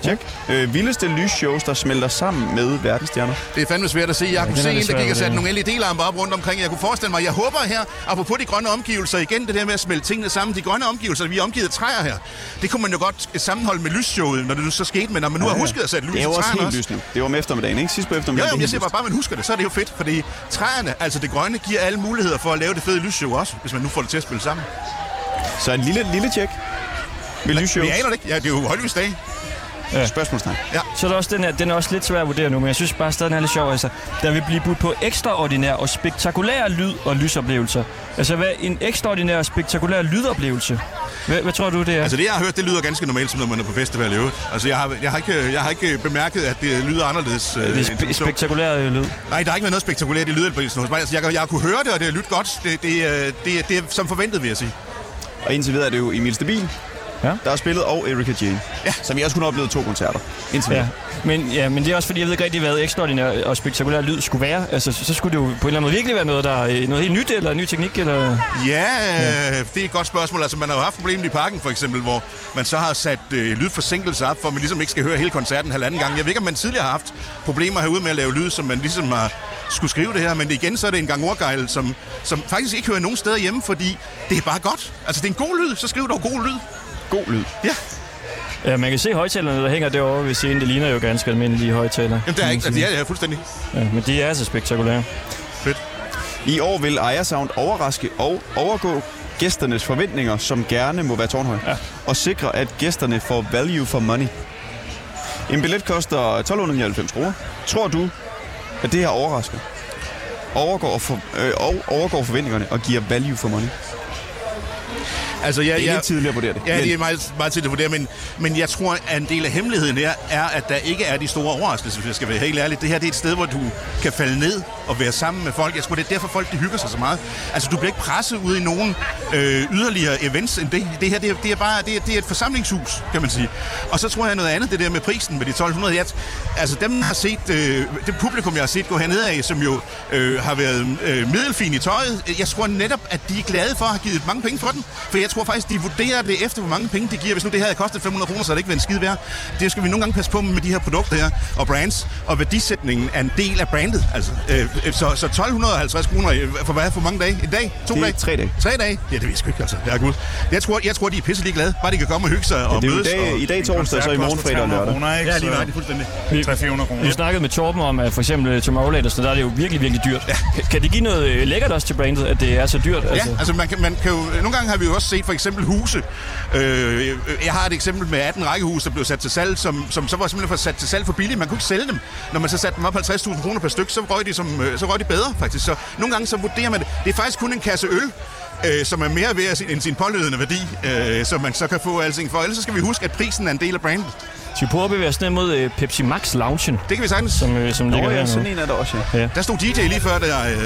[SPEAKER 2] Check. Øh, vildeste lysshows, der smelter sammen med verdensstjerner.
[SPEAKER 8] Det er fandme svært at se. Jeg ja, kunne se en, der gik og satte nogle L E D-lamper op rundt omkring. Jeg kunne forestille mig, jeg håber her, apropos de grønne omgivelser, igen det der med at smelte tingene sammen. De grønne omgivelser, vi er omgivet af træer her. Det kunne man jo godt sammenholde med lysshowet, når det nu så skete. Men når man nu ja, har husket at sætte lys i træerne også. Det er jo også helt lys nu. Det var om eftermiddagen, ikke? Sidst på eftermiddagen. Ja, jo, jeg siger bare, bare, man husker det, så er det jo fedt. Fordi træerne, altså det grønne, giver alle muligheder for at lave det fede lysshow også, hvis man nu får det til at spille sammen. Så en lille, lille tjek med lysshows. Jeg aner det ikke. Ja, det er jo højlysdag.
[SPEAKER 1] Ja.
[SPEAKER 8] Spørgsmålstegn.
[SPEAKER 1] Ja. Så er der også den her, den er også lidt svær at vurdere nu, men jeg synes bare stadig, den er lidt sjov. Altså, der vil blive budt på ekstraordinære og spektakulære lyd- og lysoplevelser. Altså, hvad en ekstraordinær og spektakulær lydoplevelse? Hvad, hvad tror du, det er?
[SPEAKER 8] Altså, det jeg har hørt, det lyder ganske normalt, som når man er på festival i øvrigt. Altså, jeg har, jeg har, ikke, jeg har ikke bemærket, at det lyder anderledes.
[SPEAKER 1] Det er spe- spektakulære lyd?
[SPEAKER 8] Nej, der er ikke været noget spektakulært i lydoplevelsen hos mig. Altså, jeg, jeg har kunne høre det, og det har lyttet godt. Det, det, det, det, det er som forventet, vil jeg sige.
[SPEAKER 2] Og indtil videre er det jo Emil Stabil, ja, der har spillet, og Erika Jane, ja, som jeg også kun har oplevet to koncerter indtil videre. Ja. Men, ja, men det er også fordi, jeg ved ikke rigtig, hvad ekstraordinær og spektakulær lyd skulle være. Altså, så skulle det jo på en eller anden måde virkelig være noget, der er noget helt nyt, eller ny teknik, eller...
[SPEAKER 8] Ja, ja, det er et godt spørgsmål. Altså, man har jo haft problemer i Parken, for eksempel, hvor man så har sat øh, lydforsinkelser op, for man ligesom ikke skal høre hele koncerten halvanden gang. Jeg ved ikke, om man tidligere har haft problemer herude med at lave lyd, som man ligesom har skulle skrive det her, men igen så er det en gang ordgejl, som, som faktisk ikke hører nogen steder hjemme, fordi det er bare godt. Altså, det er en god lyd, så skriv dog god lyd.
[SPEAKER 2] God lyd.
[SPEAKER 8] Ja.
[SPEAKER 1] Ja, man kan se højtalerne, der hænger derovre ved scenen. Det ligner jo ganske almindelige højtaler.
[SPEAKER 8] Jamen, det er ikke. Altså, ja, det er fuldstændig.
[SPEAKER 1] Ja, men de er altså spektakulære.
[SPEAKER 8] Fedt.
[SPEAKER 2] I år vil Aya Sound overraske og overgå gæsternes forventninger, som gerne må være tårnhøj. Ja. Og sikre, at gæsterne får value for money. En billet koster tolv nioghalvfems kroner. Tror du, at det her overrasker? Overgår, for, øh, og overgår forventningerne og giver value for money?
[SPEAKER 8] Altså, ja,
[SPEAKER 2] det er
[SPEAKER 8] ja,
[SPEAKER 2] lidt tidligt at vurdere det.
[SPEAKER 8] Ja, det er meget, meget tidligt at vurdere, men, men jeg tror, at en del af hemmeligheden her er, at der ikke er de store overraskelser, hvis jeg skal være helt ærlig. Det her det er et sted, hvor du kan falde ned og være sammen med folk. Jeg tror, det er derfor, folk de hygger sig så meget. Altså, du bliver ikke presset ud i nogen øh, yderligere events end det. Det her, det er, det er bare det er, det er et forsamlingshus, kan man sige. Og så tror jeg noget andet, det der med prisen med de tolv hundrede. Jeg, altså, dem har set, øh, det publikum, jeg har set gå hernede af, som jo øh, har været øh, middelfin i tøjet. Jeg tror netop, at de er glade for at have givet mange penge for den. For jeg tror faktisk, de vurderer det efter, hvor mange penge de giver. Hvis nu det her havde kostet fem hundrede kroner, så er det ikke været en skide værd. Det skal vi nogle gange passe på med de her produkter her og brands. Og værdisætningen er en del af brandet. Altså, øh, så, så tolv halvtreds kroner for hvad? For mange dage? En dag? To
[SPEAKER 2] det er
[SPEAKER 8] dage?
[SPEAKER 2] Tre dage.
[SPEAKER 8] Tre dage? Ja, det ved jeg sgu ikke, altså. Jeg, er jeg, tror, jeg tror, de er pisselig glade. Bare de kan komme og hygge sig og
[SPEAKER 2] ja,
[SPEAKER 8] mødes.
[SPEAKER 2] Dag,
[SPEAKER 8] og...
[SPEAKER 2] I dag torsdag, så i morgen fredag og lørdag.
[SPEAKER 8] Ja, lige nøjagtigt, fuldstændig.
[SPEAKER 1] tre til fire hundrede kroner. Vi snakkede med Torben om, at for eksempel Tomorrowland, så der er det jo virkelig, virkelig dyrt. Ja. Kan, kan det give noget lækkert også til brandet, at det er så dyrt?
[SPEAKER 8] Altså? Ja, altså man kan, man kan jo... Nogle gange har vi jo også set for eksempel huse. Øh, jeg har et eksempel med atten rækkehuse, der blev sat til salg, som, som så var simpelthen for sat til salg for billigt. Man kunne ikke sælge dem. Når man så satte dem op halvtreds tusind kroner per stykke, så røg de, som, så røg de bedre, faktisk. Så nogle gange så vurderer man det. Det er faktisk kun en kasse øl, øh, som er mere værd end sin pålydende værdi, øh, som man så kan få alting for. Ellers så skal vi huske, at prisen er en del af brandet.
[SPEAKER 1] Så vi prøver at bevæge os ned mod øh, Pepsi Max Loungen.
[SPEAKER 8] Det kan vi sagtens.
[SPEAKER 1] Som, øh, som ligger
[SPEAKER 2] Nå, ja,
[SPEAKER 1] her
[SPEAKER 2] sådan en er der også, ja.
[SPEAKER 1] ja.
[SPEAKER 8] Der stod D J lige før, der, øh,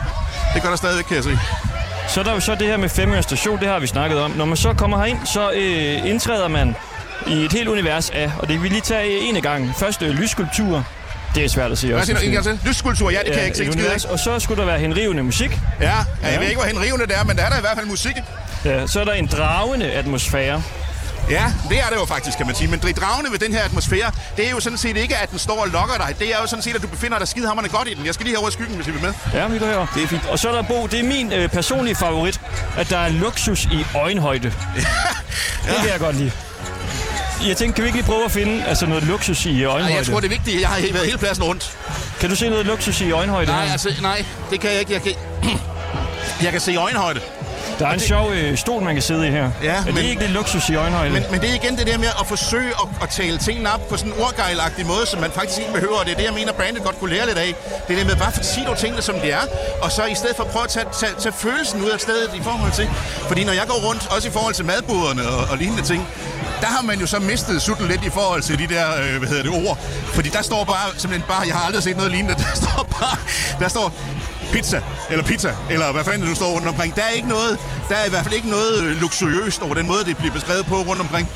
[SPEAKER 8] det gør der stadigvæk, kan jeg se.
[SPEAKER 1] Så er der jo så det her med Femøre Station, det har vi snakket om. Når man så kommer herind, så øh, indtræder man i et helt univers af, og det kan vi lige tage en af gangen. Først øh, lysskulptur. Det er svært at sige også.
[SPEAKER 8] Hvad siger du? Lysskulptur, ja, det ja, kan jeg ikke se.
[SPEAKER 1] Univers, og så skulle der være henrivende musik.
[SPEAKER 8] Ja, ja, jeg ja. ved ikke, hvor henrivende det er, men der er der i hvert fald musik.
[SPEAKER 1] Ja, så er der en dragende atmosfære.
[SPEAKER 8] Ja, det er det jo faktisk, kan man sige. Men det dragende ved den her atmosfære, det er jo sådan set ikke, at den står og lokker dig. Det er jo sådan set, at du befinder dig skidehammerende godt i den. Jeg skal lige herover i skyggen, hvis I vil med.
[SPEAKER 1] Ja, vi går herover. Det er fint. Og så er der Bo, det er min øh, personlige favorit, at der er luksus i øjenhøjde. ja. Det kan jeg godt lide. Jeg tænkte, kan vi ikke lige prøve at finde altså noget luksus i øjenhøjde?
[SPEAKER 8] Nej, jeg tror, det er vigtigt. Jeg har været hele pladsen rundt.
[SPEAKER 1] Kan du se noget luksus i øjenhøjde?
[SPEAKER 8] Nej, altså, nej, det kan jeg ikke. Jeg kan, jeg kan se øjenhøjde.
[SPEAKER 1] Der er en det... sjov øh, stol, man kan sidde i her. Ja, er det men, ikke lidt luksus i øjenhøjde?
[SPEAKER 8] Men, men det er igen det der med at forsøge at, at tale tingene op på sådan en ordgejlagtig måde, som man faktisk ikke behøver. Og det er det, jeg mener, brandet godt kunne lære lidt af. Det er det med bare at sige nogle tingene, som det er. Og så i stedet for at prøve at tage, tage, tage følelsen ud af stedet i forhold til. Fordi når jeg går rundt, også i forhold til madboderne og, og lignende ting, der har man jo så mistet sutten lidt i forhold til de der, øh, hvad hedder det, ord. Fordi der står bare, simpelthen bare, jeg har aldrig set noget lignende, der står bare, der står pizza, eller pizza, eller hvad fanden du står rundt omkring. Der er ikke noget, der er i hvert fald ikke noget luksuriøst over den måde, det bliver beskrevet på rundt omkring.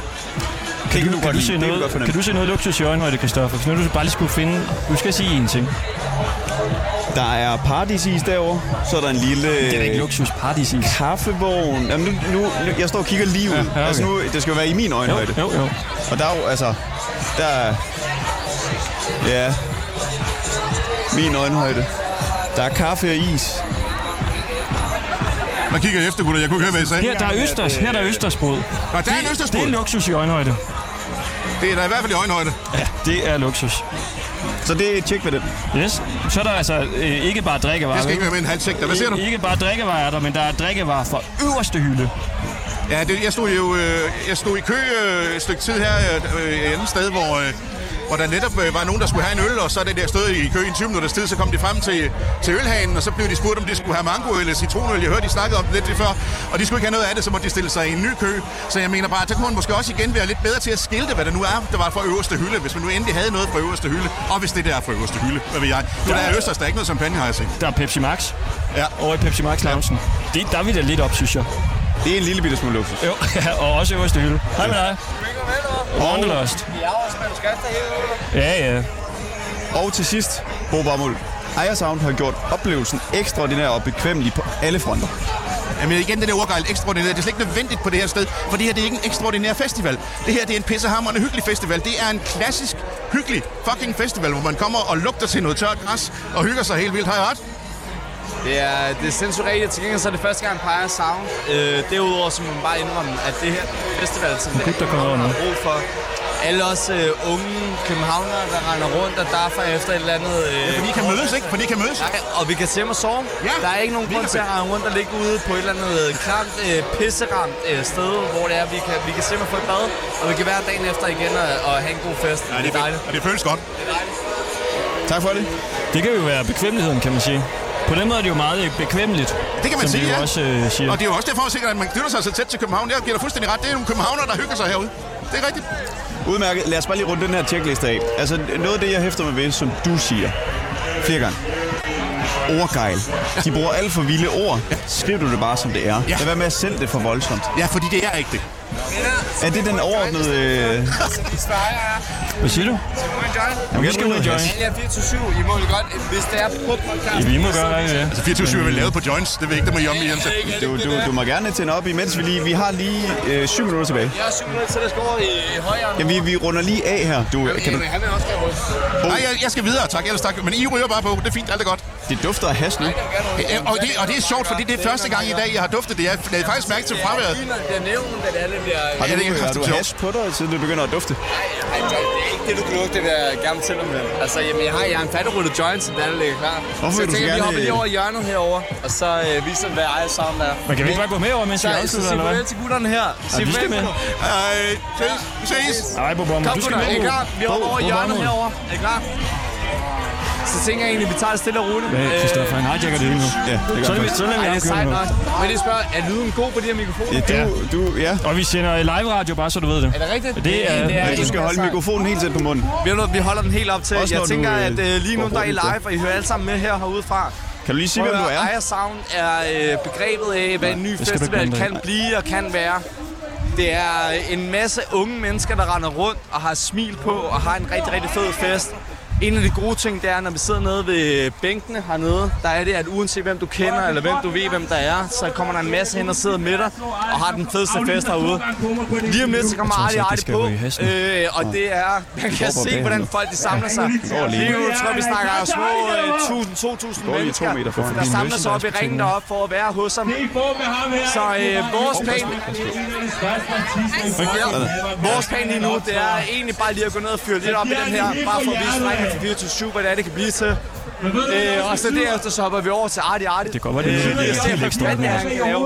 [SPEAKER 1] Kan, kan, du, kan, du, se noget, kan du se noget luksus i øjenhøjde, Christoffer? Så nu du bare lige skulle finde, du skal sige en ting.
[SPEAKER 2] Der er paradisis derovre. Så er der en lille...
[SPEAKER 1] Det er ikke luksus, paradisis.
[SPEAKER 2] Kaffevogn. Jamen, nu, nu, jeg står og kigger lige ud. Ja, ja, okay. Altså nu, det skal jo være i min øjenhøjde.
[SPEAKER 1] Jo, jo, jo.
[SPEAKER 2] Og der er jo, altså... Der er... Ja... Min øjenhøjde. Der er kaffe og is.
[SPEAKER 8] Man kigger efter, gutter. Jeg kunne ikke høre, hvad I sagde.
[SPEAKER 1] Her der er Østers. Her der er Østersbrud.
[SPEAKER 8] Nå, der er en Østersbrud.
[SPEAKER 1] Det er luksus i øjenhøjde.
[SPEAKER 8] Det er der i hvert fald i øjenhøjde.
[SPEAKER 1] Ja, det er luksus.
[SPEAKER 2] Så det er tjek ved det.
[SPEAKER 1] Yes. Så er der altså øh, ikke bare drikkevarer.
[SPEAKER 8] Det skal ikke være med en halv tjek der. Hvad siger du?
[SPEAKER 1] Ikke bare drikkevarer er der, men der er drikkevarer fra øverste hylde.
[SPEAKER 8] Ja, det, jeg stod jo øh, jeg stod i kø øh, et stykke tid her øh, et andet sted, hvor... Øh, hvor der netop øh, var nogen, der skulle have en øl, og så er det der stod i kø i tyve minutters tid, så kom de frem til, til ølhanen, og så blev de spurgt, om de skulle have mangoøl eller citronøl. Jeg hørte, de snakkede om det lidt før, og de skulle ikke have noget af det, så måtte de stille sig i en ny kø. Så jeg mener bare, at der kunne man måske også igen være lidt bedre til at skilte, hvad det nu er, der var fra øverste hylde, hvis man nu endelig havde noget fra øverste hylde, og hvis det der er fra øverste hylde, hvad ved jeg. Nu der er Østers, der er ikke noget champagne, har jeg set.
[SPEAKER 1] Der er Pepsi Max.
[SPEAKER 2] Ja.
[SPEAKER 1] Over i Pepsi Max Loungen. Ja. Det, der er vi da lidt op, synes jeg.
[SPEAKER 2] Det er en lille bitte smule luksus.
[SPEAKER 1] Jo, og også øverste hylde. Hej med dig. Wanderlust. Ja, ja.
[SPEAKER 2] Og til sidst, Bo Bomuld. Aya Sound har gjort oplevelsen ekstraordinær og bekvemmelig på alle fronter.
[SPEAKER 8] Jamen igen, det der ordgejl ekstraordinær. Det er slet ikke nødvendigt på det her sted, for det her det er ikke en ekstraordinær festival. Det her det er en pissehammerende hyggelig festival. Det er en klassisk, hyggelig fucking festival, hvor man kommer og lugter til noget tørt græs og hygger sig helt vildt. Har jeg ret?
[SPEAKER 9] Det er, det er sindssygt rigtigt. Til gengæld så er det første gang på Aya Sound. Øh, derudover så må man bare indrømme, at det her festival, som det København har brug for. Alle os øh, unge københavnere, der render rundt og derfor efter et eller andet... Øh,
[SPEAKER 8] ja, fordi I kan mødes, ikke? Fordi I kan mødes.
[SPEAKER 9] Nej, og vi kan se og sove. Ja, der er ikke nogen grund til at rende rundt og ligge ude på et eller andet klamt, øh, pisseramt øh, sted, hvor det er, vi kan, vi kan simpelthen få et bad, og vi kan være dagen efter igen og, og have en god fest.
[SPEAKER 8] Ja, det er dejligt. Og det føles godt.
[SPEAKER 9] Det er dejligt.
[SPEAKER 2] Tak for det.
[SPEAKER 1] Det kan jo være bekvemmeligheden, kan man sige. På den måde er det jo meget bekvemmeligt.
[SPEAKER 8] Det kan man sige, ja.
[SPEAKER 1] Også, øh, siger.
[SPEAKER 8] Og det er jo også derfor sikkert, at man knytter sig så tæt til København. Jeg giver dig fuldstændig ret. Det er nogle københavnere, der hygger sig herude. Det er rigtigt.
[SPEAKER 2] Udmærket. Lad os bare lige runde den her checkliste af. Altså, noget af det, jeg hæfter mig ved, som du siger flere gange. Ordgejl. De bruger alt for vilde ord. Skriv du det bare, som det er. Ja. Lad være med at sælge det for voldsomt.
[SPEAKER 8] Ja, fordi det er ikke det.
[SPEAKER 2] Er det den overordnede... Øh...
[SPEAKER 1] Hvad siger du?
[SPEAKER 2] Jamen,
[SPEAKER 1] vi skal ud og join.
[SPEAKER 9] Ja, fireogtyve syv. I må jo godt, hvis det er på podcast.
[SPEAKER 1] Ja, vi må gøre det, ja.
[SPEAKER 8] Altså fireogtyve syv er vel lavet på joints. Det ved ikke, det må I om i hjemse.
[SPEAKER 2] Du, du, du må gerne tænde op, imens vi lige... Vi har lige øh, syv minutter tilbage.
[SPEAKER 9] Ja, syv minutter til, der skal over i højre.
[SPEAKER 2] Ja, vi, vi runder lige af her. Du,
[SPEAKER 9] Jamen,
[SPEAKER 2] kan du...
[SPEAKER 9] han vil også gerne
[SPEAKER 8] Nej, jeg, jeg skal videre, tak. Ellers tak. Men I ryger bare på. Det er fint, alt er godt.
[SPEAKER 2] Det dufter af hash nu.
[SPEAKER 8] Ja, og, det, og det er sjovt, fordi det er første gang i dag, jeg har duftet det. Jeg har faktisk mærket til fraværet.
[SPEAKER 9] Det er nævnt, at alle bliver...
[SPEAKER 2] Har du, har du hash på dig, siden det begynder at dufte?
[SPEAKER 9] Nej, det er ikke det, du kan lugte, det vil jeg gerne fortælle om det. Altså, jamen, jeg har, jeg har en fattigrullet joint, som der ligger klar.
[SPEAKER 2] Hvorfor
[SPEAKER 9] så jeg
[SPEAKER 2] vil du
[SPEAKER 9] tænker,
[SPEAKER 2] gerne...
[SPEAKER 9] vi hopper lige over hjørnet herovre, og så øh, viser hvad Aya Sound er.
[SPEAKER 1] Men kan vi ikke bare gå med over, mens vi afslutter, eller hvad?
[SPEAKER 9] Så sig farvel til gutterne her. Sig farvel med.
[SPEAKER 8] Hej. Vi ses.
[SPEAKER 1] Nej, Bo Bomuld, du skal med.
[SPEAKER 9] Er I klar? Vi hopper over hjørnet herovre. Er I klar? Så tænker jeg egentlig, at vi tager det stille og roligt.
[SPEAKER 1] Ja, Christoffer, han hijacker det hele nu.
[SPEAKER 2] Ja, det gør
[SPEAKER 1] så, vi, så lader vi afkøre nu.
[SPEAKER 9] Men det spørger, er lyden god på de her mikrofoner?
[SPEAKER 2] Ja, du, du, ja.
[SPEAKER 1] Og vi sender live radio, bare så du ved det.
[SPEAKER 9] Er det rigtigt?
[SPEAKER 1] Det er,
[SPEAKER 2] det er, ja, du skal holde mikrofonen helt tæt på munden.
[SPEAKER 9] Vi holder den helt op til.
[SPEAKER 2] Også
[SPEAKER 9] jeg tænker,
[SPEAKER 2] du,
[SPEAKER 9] at øh, lige nu der er I live, og I hører alle sammen med her herude fra.
[SPEAKER 2] Kan du lige sige, hvem du er?
[SPEAKER 9] Aya Sound er øh, begrebet af, hvad en ny festival kan blive og kan være. Det er en masse unge mennesker, der render rundt og har smil på og har en rigtig, rigtig fed fest. En af de gode ting, det er, når vi sidder nede ved bænkene hernede, der er det, at uanset hvem du kender, eller hvem du ved, hvem der er, så kommer der en masse hen og sidder med dig og har den fedeste fest herude. Lige om lidt, så kommer Arti Arti på, øh, og det er, man kan se, hvordan folk de samler sig. Lige nu tror jeg, vi snakker små tusind, to tusind mennesker, der samler sig op i ringen deroppe for at være hos ham. Så øh, vores plan, vores plan lige nu, det er egentlig bare lige at gå ned og fyre lidt op i den her, bare for at vise for fireogtyve syv, hvad det er, det kan blive til. Øh, og så derefter så hopper vi over til Arti Arti.
[SPEAKER 1] Det kommer det øh, det er helt ekstraordinært.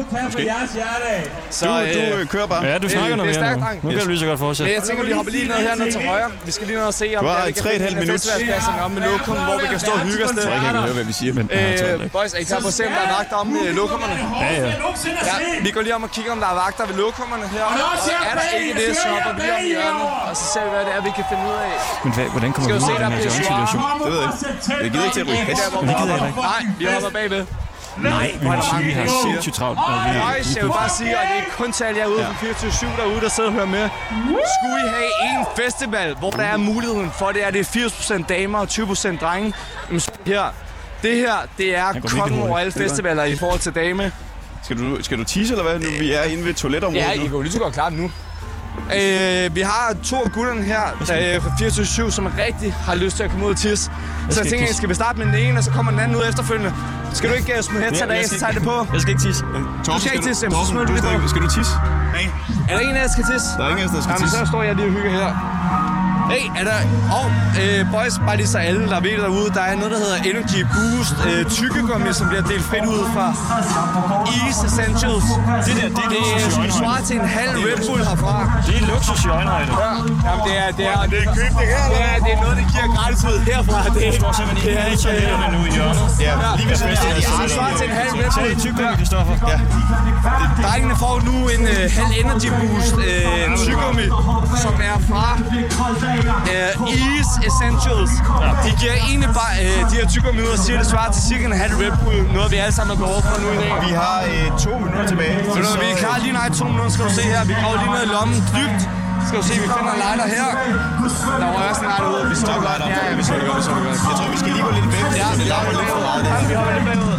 [SPEAKER 2] Så du øh, kører bare.
[SPEAKER 1] Ja, du snakker noget mere nu. Nu kan du lige så godt fortsætte.
[SPEAKER 9] Men jeg tænker, vi hopper lige ned her ned til højre. Vi skal lige ned og se, om
[SPEAKER 2] der kan finde
[SPEAKER 9] festivalpladserne om med lokum, hvor vi kan stå og hygge os det.
[SPEAKER 2] Jeg tror ikke, jeg kan høre, hvad vi siger, men...
[SPEAKER 9] Øh, boys, er I klar på at se, om der er vagter om med lokummerne?
[SPEAKER 1] Ja, ja.
[SPEAKER 9] Ja, vi går lige om og kigger, om der er vagter ved lokummerne her. Og er der ikke det, så hopper vi lige om i hjørnet. Og så ser vi, hvad det er, vi kan finde ud af.
[SPEAKER 1] Men hvad, hvordan kommer vi ud af den her situation?
[SPEAKER 2] Det ved jeg ikke. Jeg gider ikke til at ryge hest.
[SPEAKER 9] Nej, vi hopper bagved.
[SPEAKER 1] Nej, vi må sige, vi har sindssygt travlt.
[SPEAKER 9] Nej, jeg vil bare sige, at det er ikke kun til alle jer ude fra fireogtyve syv derude, der sidder og hører med. Skulle I have en festival, hvor der er muligheden for det, er det firs procent damer og tyve procent drenge, her, Det her, det er kongen over alle festivaler i forhold til dame.
[SPEAKER 2] Skal du, skal du tease, eller hvad? Nu vi er inde ved toiletområdet.
[SPEAKER 9] Ja, I kan jo lige så godt klare det nu. Øh, vi har to af gutterne her, der er fra fireogtyve syv, som rigtig har lyst til at komme ud og tisse. Så jeg tænker, jeg skal vi starte med den ene, og så kommer den anden ud efterfølgende. Skal du ikke uh, smide headset af, så tager det på?
[SPEAKER 1] Jeg skal ikke tisse.
[SPEAKER 9] Du skal ikke tisse,
[SPEAKER 2] så smid du det på. Skal du tisse?
[SPEAKER 3] Nej.
[SPEAKER 9] Er der ingen af jer, der skal tisse?
[SPEAKER 2] Der er ingen af jer, der skal
[SPEAKER 9] Jamen,
[SPEAKER 2] tisse.
[SPEAKER 9] så står jeg lige og hygger her. Hey, er der... Og øh, boys, bare lige så alle, der ved derude, der er noget, der hedder Energy Boost øh, tykkegummi, som bliver delt frit ud fra Ease Essentials.
[SPEAKER 1] Det der, det er luksus i øjenhøjde.
[SPEAKER 9] Det svarer til en halv Red Bull herfra.
[SPEAKER 1] Det er luksus i øjenhøjde.
[SPEAKER 9] Ja, jamen det er... Det er, det er køb det her, det er, det er noget, der giver gratis ud herfra. Det
[SPEAKER 1] er, står simpelthen ikke i toiletterne nu i hjørnet.
[SPEAKER 2] Ja, lige ved siden af.
[SPEAKER 9] Det svarer til en halv Red Bull.
[SPEAKER 1] Så er det tykkegummi, Kristoffer. Ja.
[SPEAKER 9] Drengene får nu en øh, halv Energy Boost øh, tykkegummi, som er fra... Øh, Ease Essentials. Ja. De giver egentlig bare øh, de her tykkegummi ud og siger, det svarer til cirka en halv Red Bull. Noget vi alle sammen har behov for nu i dag.
[SPEAKER 2] Vi har øh, to minutter tilbage.
[SPEAKER 9] Så, så vi er klar lige nej, to minutter skal du se her. Vi graver lige ned i lommen dybt. Skal du se, vi finder en lighter her. Der var også en lighter ud. Vi står godt. Ja, ja, vi så det godt, vi så det godt.
[SPEAKER 2] Jeg tror, vi skal lige gå lidt væk.
[SPEAKER 9] Ja, vi hopper lidt for meget. Ja, vi hopper lidt bagud.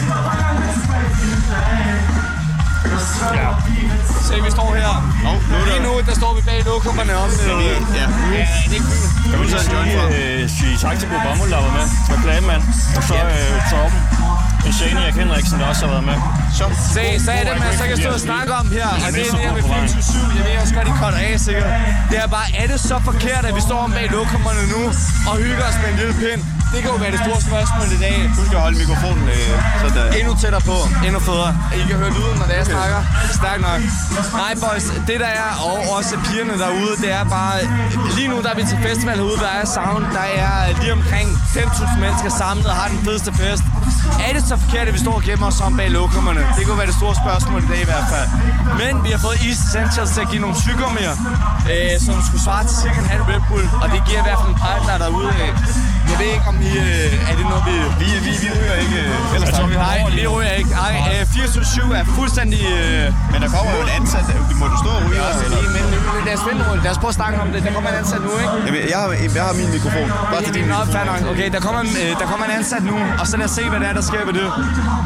[SPEAKER 9] Ja. Se, vi står her.
[SPEAKER 2] Oh,
[SPEAKER 9] lige nu, der står vi bag lokummerne om.
[SPEAKER 2] Ja, ja, det er fint.
[SPEAKER 1] Kan vi så sige, sige tak til Bo Bommel, der var med. Reklamemand. Og så øh, Torben. Eugenia Henriksen, der også har været med.
[SPEAKER 9] Så, se, så er det, man så kan stå og snakke om her. Og det er det her med fireogtyve syv. Jeg ved også godt, I cutter af, sikkert. Det er bare, er det så forkert, at vi står om bag lokummerne nu og hygger os med en lille pind? Det kan jo være det store spørgsmål i dag.
[SPEAKER 2] Husk at holde mikrofonen øh, så der...
[SPEAKER 9] endnu tættere på, endnu federe. I kan høre lyden, når det er, jeg snakker. Stærk nok. Nej, boys, det der er, og også pigerne derude, det er bare... Lige nu, der er vi til festival herude, der er Sound. Der er lige omkring fem tusind mennesker samlet og har den fedeste fest. Er det så forkert, at vi står og gemmer os om bag lokummerne? Det kunne være det store spørgsmål i dag i hvert fald. Men vi har fået East Essentials til at give nogle tykkegummier, øh, som skulle svare til cirka en halv Red Bull. Og det giver i hvert fald en partner derude af. Jeg ved ikke, om I... Øh, er det noget, vi...
[SPEAKER 2] Vi, vi, vi ryger ikke... Øh, ellers
[SPEAKER 9] altså, vi nej, vi ryger ikke. Nej, øh, fireogtyve syv er fuldstændig... Øh,
[SPEAKER 2] men der kommer jo en ansat. Må du stå og ryge?
[SPEAKER 9] Ja, eller? Men lad os vente, lad os prøve at snakke om det. Der kommer en ansat nu, ikke?
[SPEAKER 2] Jamen, jeg har, jeg har min mikrofon. Bare til din mikrofon.
[SPEAKER 9] Okay, der kommer, øh, der kommer en ansat nu, og så lad os se, hvad det er, der sker ved det.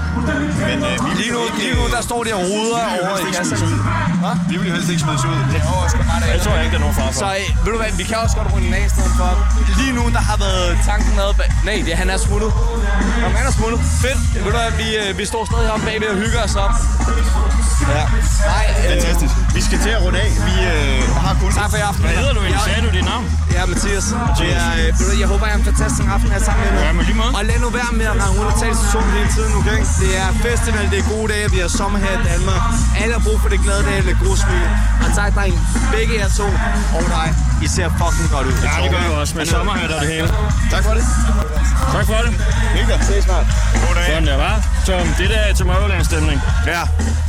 [SPEAKER 2] Men øh, vi
[SPEAKER 9] lige, nu, lige nu, der står de og roder over i kassen.
[SPEAKER 2] Vi vil jo helst ikke smides ud.
[SPEAKER 1] Jeg tror ikke, der er nogen far for.
[SPEAKER 9] Så øh, ved du hvad, vi kan også godt runde den af i stedet for. Lige nu, der har været tanken med... Nej, det, han er smuttet. Jamen, han er smuttet. Fedt. Ved du hvad, vi, øh, vi står stadig heroppe bagved og hygger os op. Ja. Nej,
[SPEAKER 2] øh, fantastisk. Vi skal til at runde af. Vi øh, har kun...
[SPEAKER 9] Tak for i aften.
[SPEAKER 1] Hvad hedder du egentlig? Sagde du dit navn?
[SPEAKER 9] Ja, Mathias. Mathias. Jeg, øh, ved du, jeg håber, jeg har en fantastisk aften her sammen med dig.
[SPEAKER 1] Ja, med lige måde.
[SPEAKER 9] Og lad nu være med at rende rundt og tale situation hele tiden, okay? Det er festival, det er gode dage, vi har sommer her i Danmark. Alle har brug for det glade dage, det gode smil. Og tak, dreng. Begge jer to og dig. I ser fucking godt ud.
[SPEAKER 1] Ja, det gør vi også. Med sommer her, der er det hele.
[SPEAKER 2] Tak for det.
[SPEAKER 1] Tak for det.
[SPEAKER 2] Hygge. Ses snart.
[SPEAKER 1] God dag. Sådan der, hva'? Tom, det der er Tomorrowland-stemning.
[SPEAKER 2] Ja.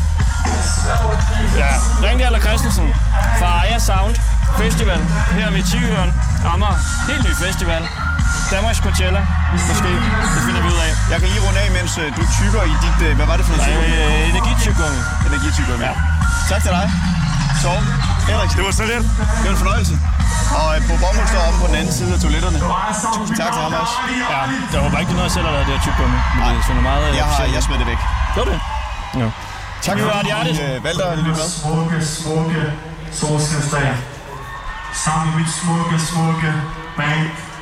[SPEAKER 1] Ja. Ringdal og Christensen fra Aya Sound Festival. Her med Tigøren. Amager. Helt ny festival. Danmarks Coachella. Måske. Det finder vi ud af.
[SPEAKER 2] Jeg kan lige runde af, mens øh, du tykker i dit... Øh, hvad var det for noget?
[SPEAKER 1] Øh, Energityggummi.
[SPEAKER 2] Energityggummi. Ja. Tak til dig. Torben. Henriksen.
[SPEAKER 3] Det var så lidt.
[SPEAKER 2] Det var en fornøjelse. Og øh, Bo Bommel står oppe på den anden side af toiletterne. Tusind tak til ham også.
[SPEAKER 1] Ja, der var bare ikke noget, jeg selv har lavet det her tyggummi.
[SPEAKER 2] Nej,
[SPEAKER 1] det er meget...
[SPEAKER 2] Jeg har jeg smidt det væk.
[SPEAKER 1] Gør det? Ja. Tak for det, Hjertet.
[SPEAKER 2] Vi øh, valgte at lytte med.
[SPEAKER 10] Smukke, smukke solskinsdag. Sammen med mit smukke, smukke band.